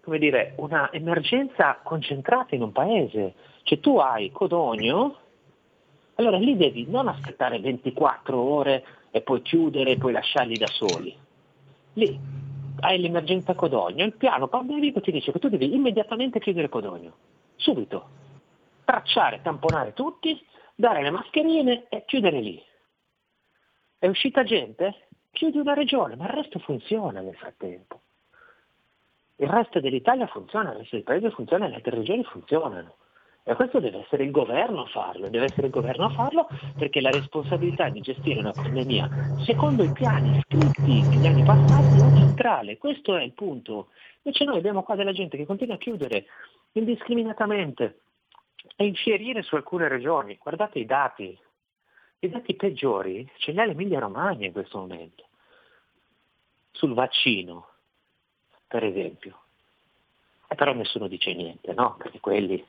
come dire, una emergenza concentrata in un paese. Cioè tu hai Codogno, allora lì devi non aspettare 24 ore e poi chiudere e poi lasciarli da soli. Lì hai l'emergenza Codogno, il piano pandemico ti dice che tu devi immediatamente chiudere Codogno, subito, tracciare, tamponare tutti, dare le mascherine e chiudere lì. È uscita gente? Chiudi una regione, ma il resto funziona nel frattempo. Il resto dell'Italia funziona, il resto del paese funziona, le altre regioni funzionano. E questo deve essere il governo a farlo, perché la responsabilità di gestire una pandemia, secondo i piani scritti negli anni passati, è centrale. Questo è il punto. Invece noi abbiamo qua della gente che continua a chiudere indiscriminatamente e infierire su alcune regioni. Guardate i dati peggiori ce li ha l'Emilia Romagna in questo momento. Sul vaccino, per esempio. Però nessuno dice niente, no? Perché quelli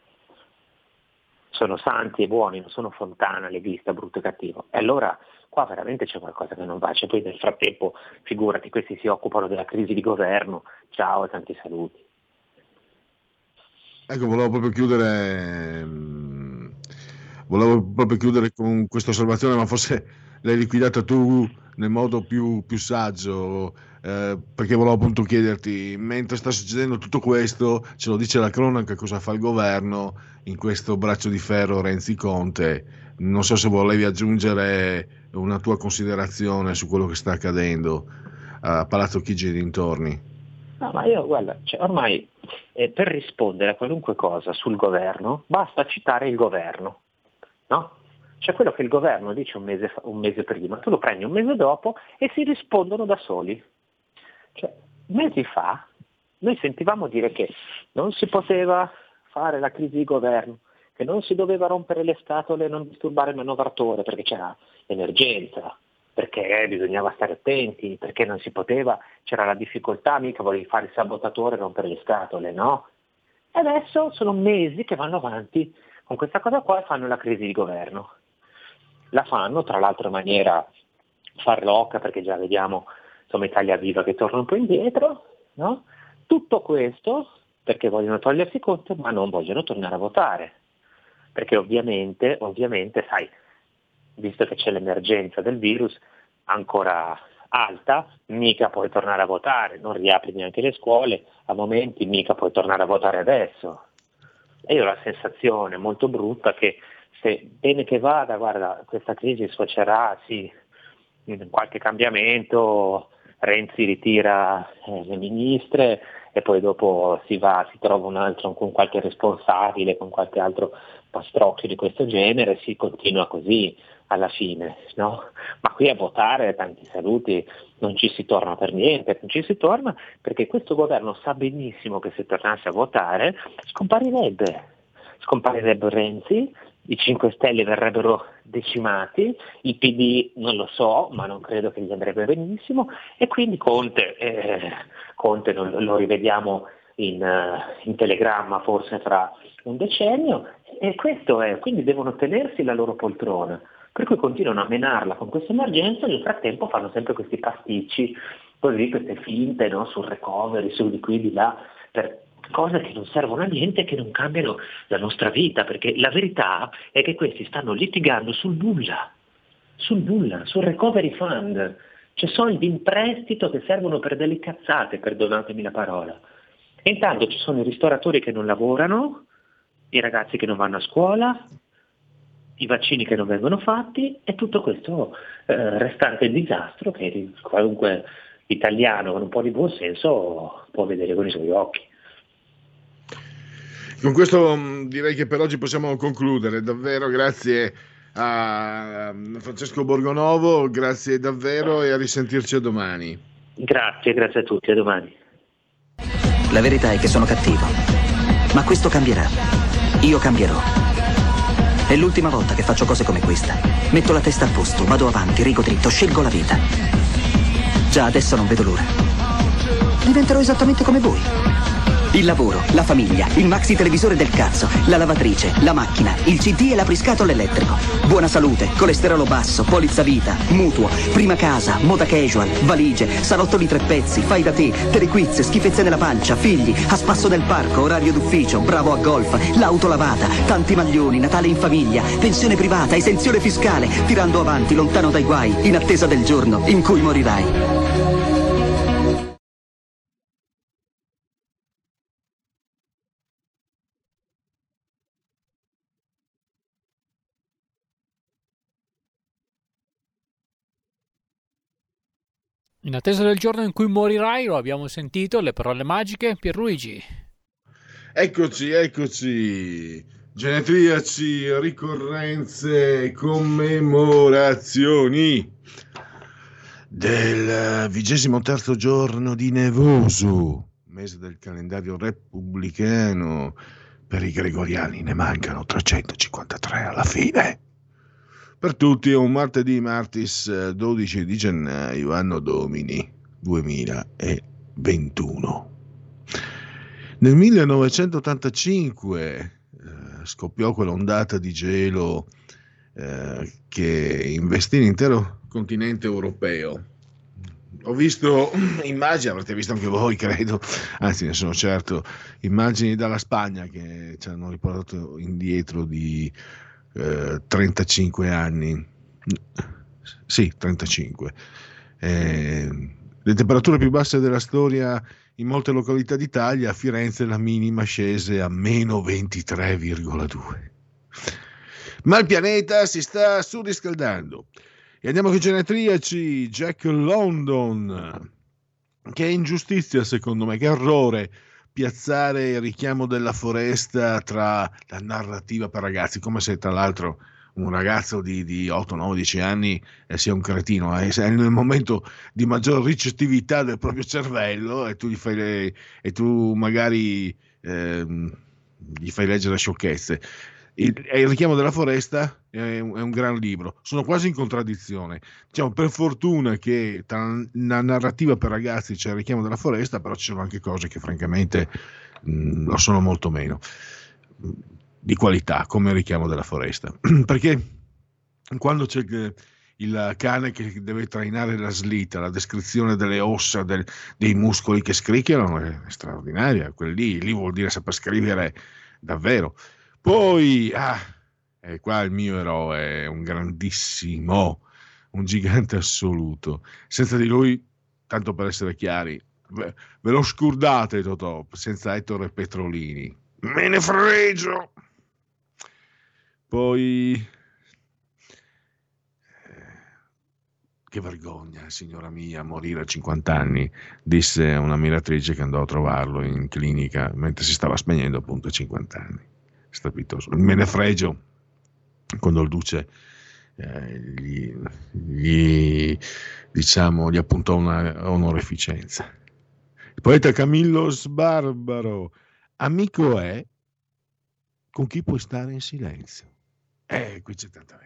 sono santi e buoni, non sono Fontana, leghista, brutto e cattivo. E allora qua veramente c'è qualcosa che non va. Cioè, poi nel frattempo, figurati, questi si occupano della crisi di governo. Ciao e tanti saluti. Ecco, volevo proprio chiudere con questa osservazione, ma forse l'hai liquidata tu nel modo più saggio, perché volevo appunto chiederti, mentre sta succedendo tutto questo, ce lo dice la cronaca, cosa fa il governo in questo braccio di ferro Renzi-Conte? Non so se volevi aggiungere una tua considerazione su quello che sta accadendo a Palazzo Chigi e dintorni. No, ma io, guarda, ormai per rispondere a qualunque cosa sul governo basta citare il governo, no? Cioè quello che il governo dice un mese prima, tu lo prendi un mese dopo e si rispondono da soli. Cioè, mesi fa noi sentivamo dire che non si poteva fare la crisi di governo, che non si doveva rompere le scatole e non disturbare il manovratore perché c'era emergenza, perché bisognava stare attenti, perché non si poteva, c'era la difficoltà, mica volevi fare il sabotatore e rompere le scatole, no? E adesso sono mesi che vanno avanti con questa cosa qua e fanno la crisi di governo. La fanno tra l'altro in maniera farlocca, perché già vediamo insomma Italia Viva che torna un po' indietro, no? Tutto questo perché vogliono togliersi conto ma non vogliono tornare a votare, perché ovviamente sai, visto che c'è l'emergenza del virus ancora alta, mica puoi tornare a votare, non riapri neanche le scuole, a momenti mica puoi tornare a votare adesso. E io ho la sensazione molto brutta che se bene che vada, guarda, questa crisi sfocerà sì in qualche cambiamento, Renzi ritira le ministre e poi dopo si trova un altro con qualche responsabile, con qualche altro pastrocchio di questo genere, si continua così alla fine, no? Ma qui a votare, tanti saluti, non ci si torna per niente, non ci si torna perché questo governo sa benissimo che se tornasse a votare scomparirebbe Renzi, i 5 Stelle verrebbero decimati, il PD non lo so, ma non credo che gli andrebbe benissimo, e quindi Conte lo rivediamo in telegramma forse fra un decennio, e questo è, quindi devono tenersi la loro poltrona, per cui continuano a menarla con questa emergenza e nel frattempo fanno sempre questi pasticci, così queste finte, no, sul recovery, su di qui di là, per cose che non servono a niente e che non cambiano la nostra vita, perché la verità è che questi stanno litigando sul nulla, sul recovery fund, cioè soldi in prestito che servono per delle cazzate, perdonatemi la parola. E intanto ci sono i ristoratori che non lavorano, i ragazzi che non vanno a scuola, i vaccini che non vengono fatti e tutto questo restante disastro che qualunque italiano con un po' di buon senso può vedere con i suoi occhi. Con questo direi che per oggi possiamo concludere. Davvero grazie a Francesco Borgonovo, grazie davvero e a risentirci a domani. Grazie a tutti, a domani. La verità è che sono cattivo, ma questo cambierà. Io cambierò. È l'ultima volta che faccio cose come questa. Metto la testa a posto, vado avanti, rigo dritto, scelgo la vita. Già adesso non vedo l'ora. Diventerò esattamente come voi. il lavoro, la famiglia, il maxi televisore del cazzo, la lavatrice, la macchina, il CD e l'apriscatole elettrico. Buona salute, colesterolo basso, polizza vita, mutuo, prima casa, moda casual, valigie, salottoli 3 pezzi, fai da te, telequiz, schifezze nella pancia, figli, a spasso nel parco, orario d'ufficio, bravo a golf, l'auto lavata, tanti maglioni, Natale in famiglia, pensione privata, esenzione fiscale, tirando avanti, lontano dai guai, in attesa del giorno in cui morirai. In attesa del giorno in cui morirai, lo abbiamo sentito, le parole magiche, Pierluigi. Eccoci. Genetriaci, ricorrenze, commemorazioni del 23° giorno di Nevoso, mese del calendario repubblicano. Per i gregoriani ne mancano 353 alla fine. Per tutti è un martedì, martis 12 di gennaio, anno domini 2021. Nel 1985 scoppiò quell'ondata di gelo che investì l'intero continente europeo. Ho visto immagini, avrete visto anche voi, credo, anzi ne sono certo, immagini dalla Spagna che ci hanno riportato indietro di 35 anni. Sì, 35. Le temperature più basse della storia in molte località d'Italia. A Firenze la minima scese a meno 23,2. Ma il pianeta si sta surriscaldando. E andiamo con i genetriaci. Jack London. Che ingiustizia, secondo me, che errore piazzare il richiamo della foresta tra la narrativa per ragazzi, come se tra l'altro un ragazzo di 8, 9, 10 anni sia un cretino, è nel momento di maggior ricettività del proprio cervello e tu magari gli fai leggere sciocchezze. Il richiamo della foresta è un gran libro, sono quasi in contraddizione. Diciamo, per fortuna che tra la narrativa per ragazzi c'è il richiamo della foresta, però ci sono anche cose che francamente lo sono molto meno di qualità, come il richiamo della foresta. Perché quando c'è il cane che deve trainare la slitta, la descrizione delle ossa, dei muscoli che scricchiano è straordinaria. Lì vuol dire saper scrivere davvero. Poi, e qua il mio eroe è un grandissimo, un gigante assoluto. Senza di lui, tanto per essere chiari, ve lo scordate Totò, senza Ettore Petrolini. Me ne fregio! Poi, che vergogna, signora mia, morire a 50 anni, disse un'ammiratrice che andò a trovarlo in clinica mentre si stava spegnendo appunto a 50 anni. Strepitoso. Me ne fregio quando il duce gli appuntò una onorificenza. Il poeta Camillo Sbarbaro, amico è con chi puoi stare in silenzio. Qui c'è tanta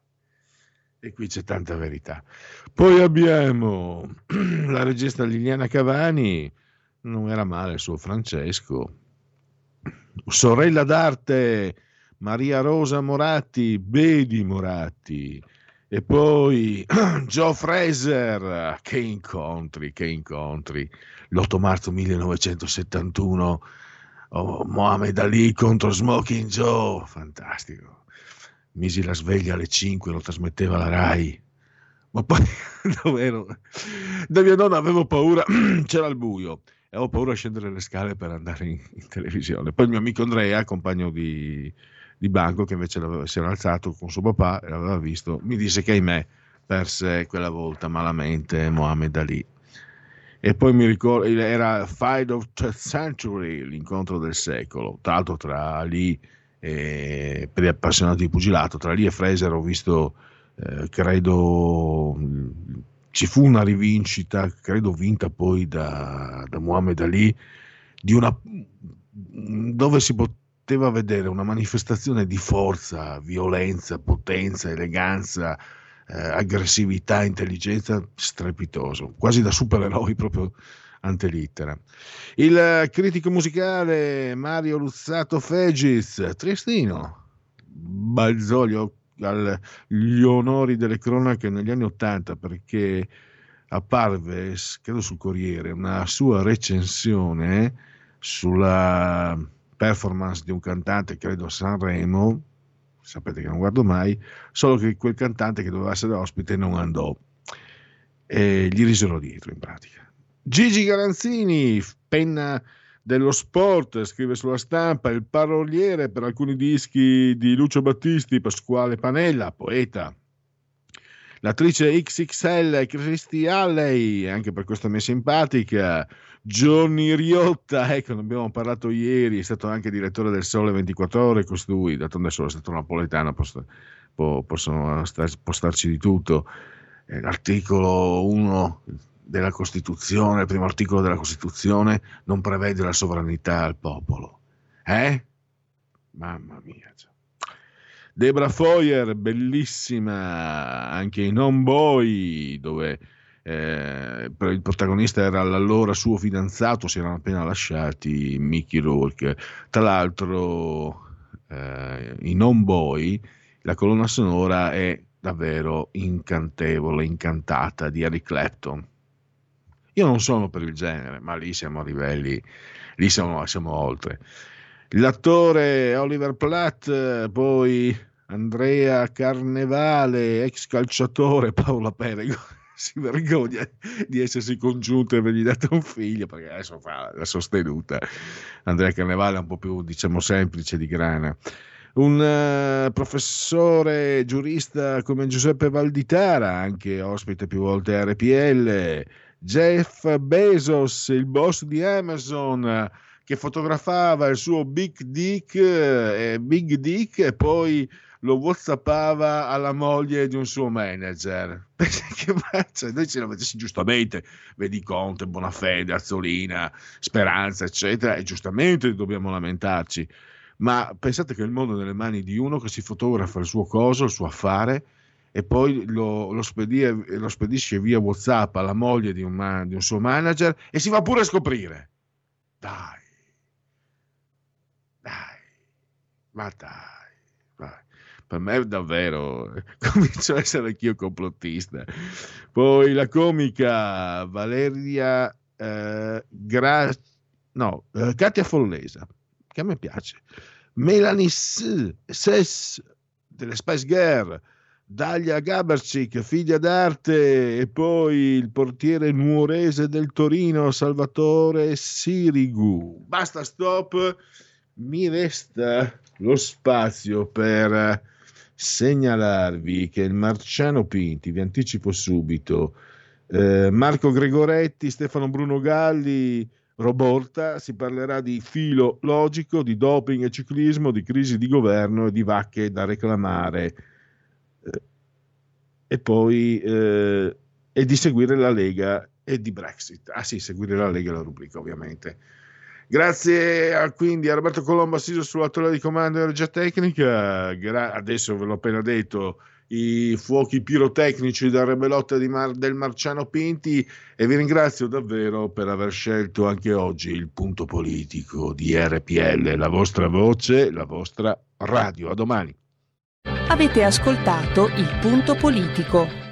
verità. Poi abbiamo la regista Liliana Cavani, non era male il suo Francesco. Sorella d'arte Maria Rosa Moratti, Bedi Moratti, e poi Joe Fraser, che incontri, l'8 marzo 1971, Mohammed Ali contro Smoking Joe, fantastico, misi la sveglia alle 5, lo trasmetteva la Rai, ma poi davvero, da mia nonna avevo paura, c'era il buio, e avevo paura di scendere le scale per andare in televisione. Poi il mio amico Andrea, compagno di banco, che invece si era alzato con suo papà e l'aveva visto, mi disse che ahimè perse quella volta malamente Mohammed Ali. E poi mi ricordo, era Fight of the Century, l'incontro del secolo, tra l'altro tra Ali e, per gli appassionati di pugilato, tra Ali e Fraser ho visto, credo ci fu una rivincita, credo vinta poi da Muhammad Ali, dove si poteva vedere una manifestazione di forza, violenza, potenza, eleganza, aggressività, intelligenza, strepitoso, quasi da supereroi proprio antelittera. Il critico musicale Mario Luzzato Fegis, triestino, balzò gli onori delle cronache negli anni '80 perché apparve, credo sul Corriere, una sua recensione sulla performance di un cantante, credo a Sanremo. Sapete che non guardo mai, solo che quel cantante che doveva essere ospite non andò e gli risero dietro in pratica. Gigi Garanzini, penna dello sport, scrive sulla Stampa, il paroliere per alcuni dischi di Lucio Battisti, Pasquale Panella, poeta. L'attrice XXL Christy Alley, anche per questo mi è simpatica. Giorni Riotta, ecco, ne abbiamo parlato ieri, è stato anche direttore del Sole 24 Ore costui, d'altronde è stato napoletano, possono starci di tutto. L'articolo 1 della Costituzione, il primo articolo della Costituzione, non prevede la sovranità al popolo. Mamma mia. Debra Foyer, bellissima, anche in Homeboy, dove il protagonista era l'allora suo fidanzato, si erano appena lasciati, Mickey Rourke. Tra l'altro in Homeboy la colonna sonora è davvero incantevole, incantata, di Eric Clapton. Io non sono per il genere, ma lì siamo a livelli, lì siamo oltre. L'attore Oliver Platt, poi Andrea Carnevale, ex calciatore, Paola Perego si vergogna di essersi congiunto e avergli dato un figlio, perché adesso fa la sostenuta. Andrea Carnevale è un po' più, diciamo, semplice di grana. Un professore giurista come Giuseppe Valditara, anche ospite più volte a RPL. Jeff Bezos, il boss di Amazon, che fotografava il suo Big Dick e poi lo whatsappava alla moglie di un suo manager. Che faccia? Noi ce la facessi giustamente, vedi Conte, Bonafede, Azzolina, Speranza, eccetera, e giustamente dobbiamo lamentarci. Ma pensate che il mondo è nelle mani di uno che si fotografa il suo coso, il suo affare, e poi lo spedisce via WhatsApp alla moglie di un suo manager e si va pure a scoprire. Dai. Per me davvero comincio a essere anch'io complottista. Poi la comica Valeria Katia Follesa, che a me piace, Melanie Sess delle Spice Girl, Dalia Gabarczyk, figlia d'arte, e poi il portiere nuorese del Torino Salvatore Sirigu. Basta, stop. Mi resta lo spazio per segnalarvi che il Marciano Pinti, vi anticipo subito, Marco Gregoretti, Stefano Bruno Galli, Roborta, si parlerà di filo logico, di doping e ciclismo, di crisi di governo e di vacche da reclamare, e poi e di seguire la Lega e di Brexit. Ah sì, seguire la Lega è la rubrica, ovviamente. Grazie quindi a Roberto Colombo, assiso sulla tolla di comando e regia tecnica. Adesso ve l'ho appena detto, i fuochi pirotecnici da Rebelotta del Marciano Pinti, e vi ringrazio davvero per aver scelto anche oggi il punto politico di RPL, la vostra voce, la vostra radio. A domani. Avete ascoltato il punto politico.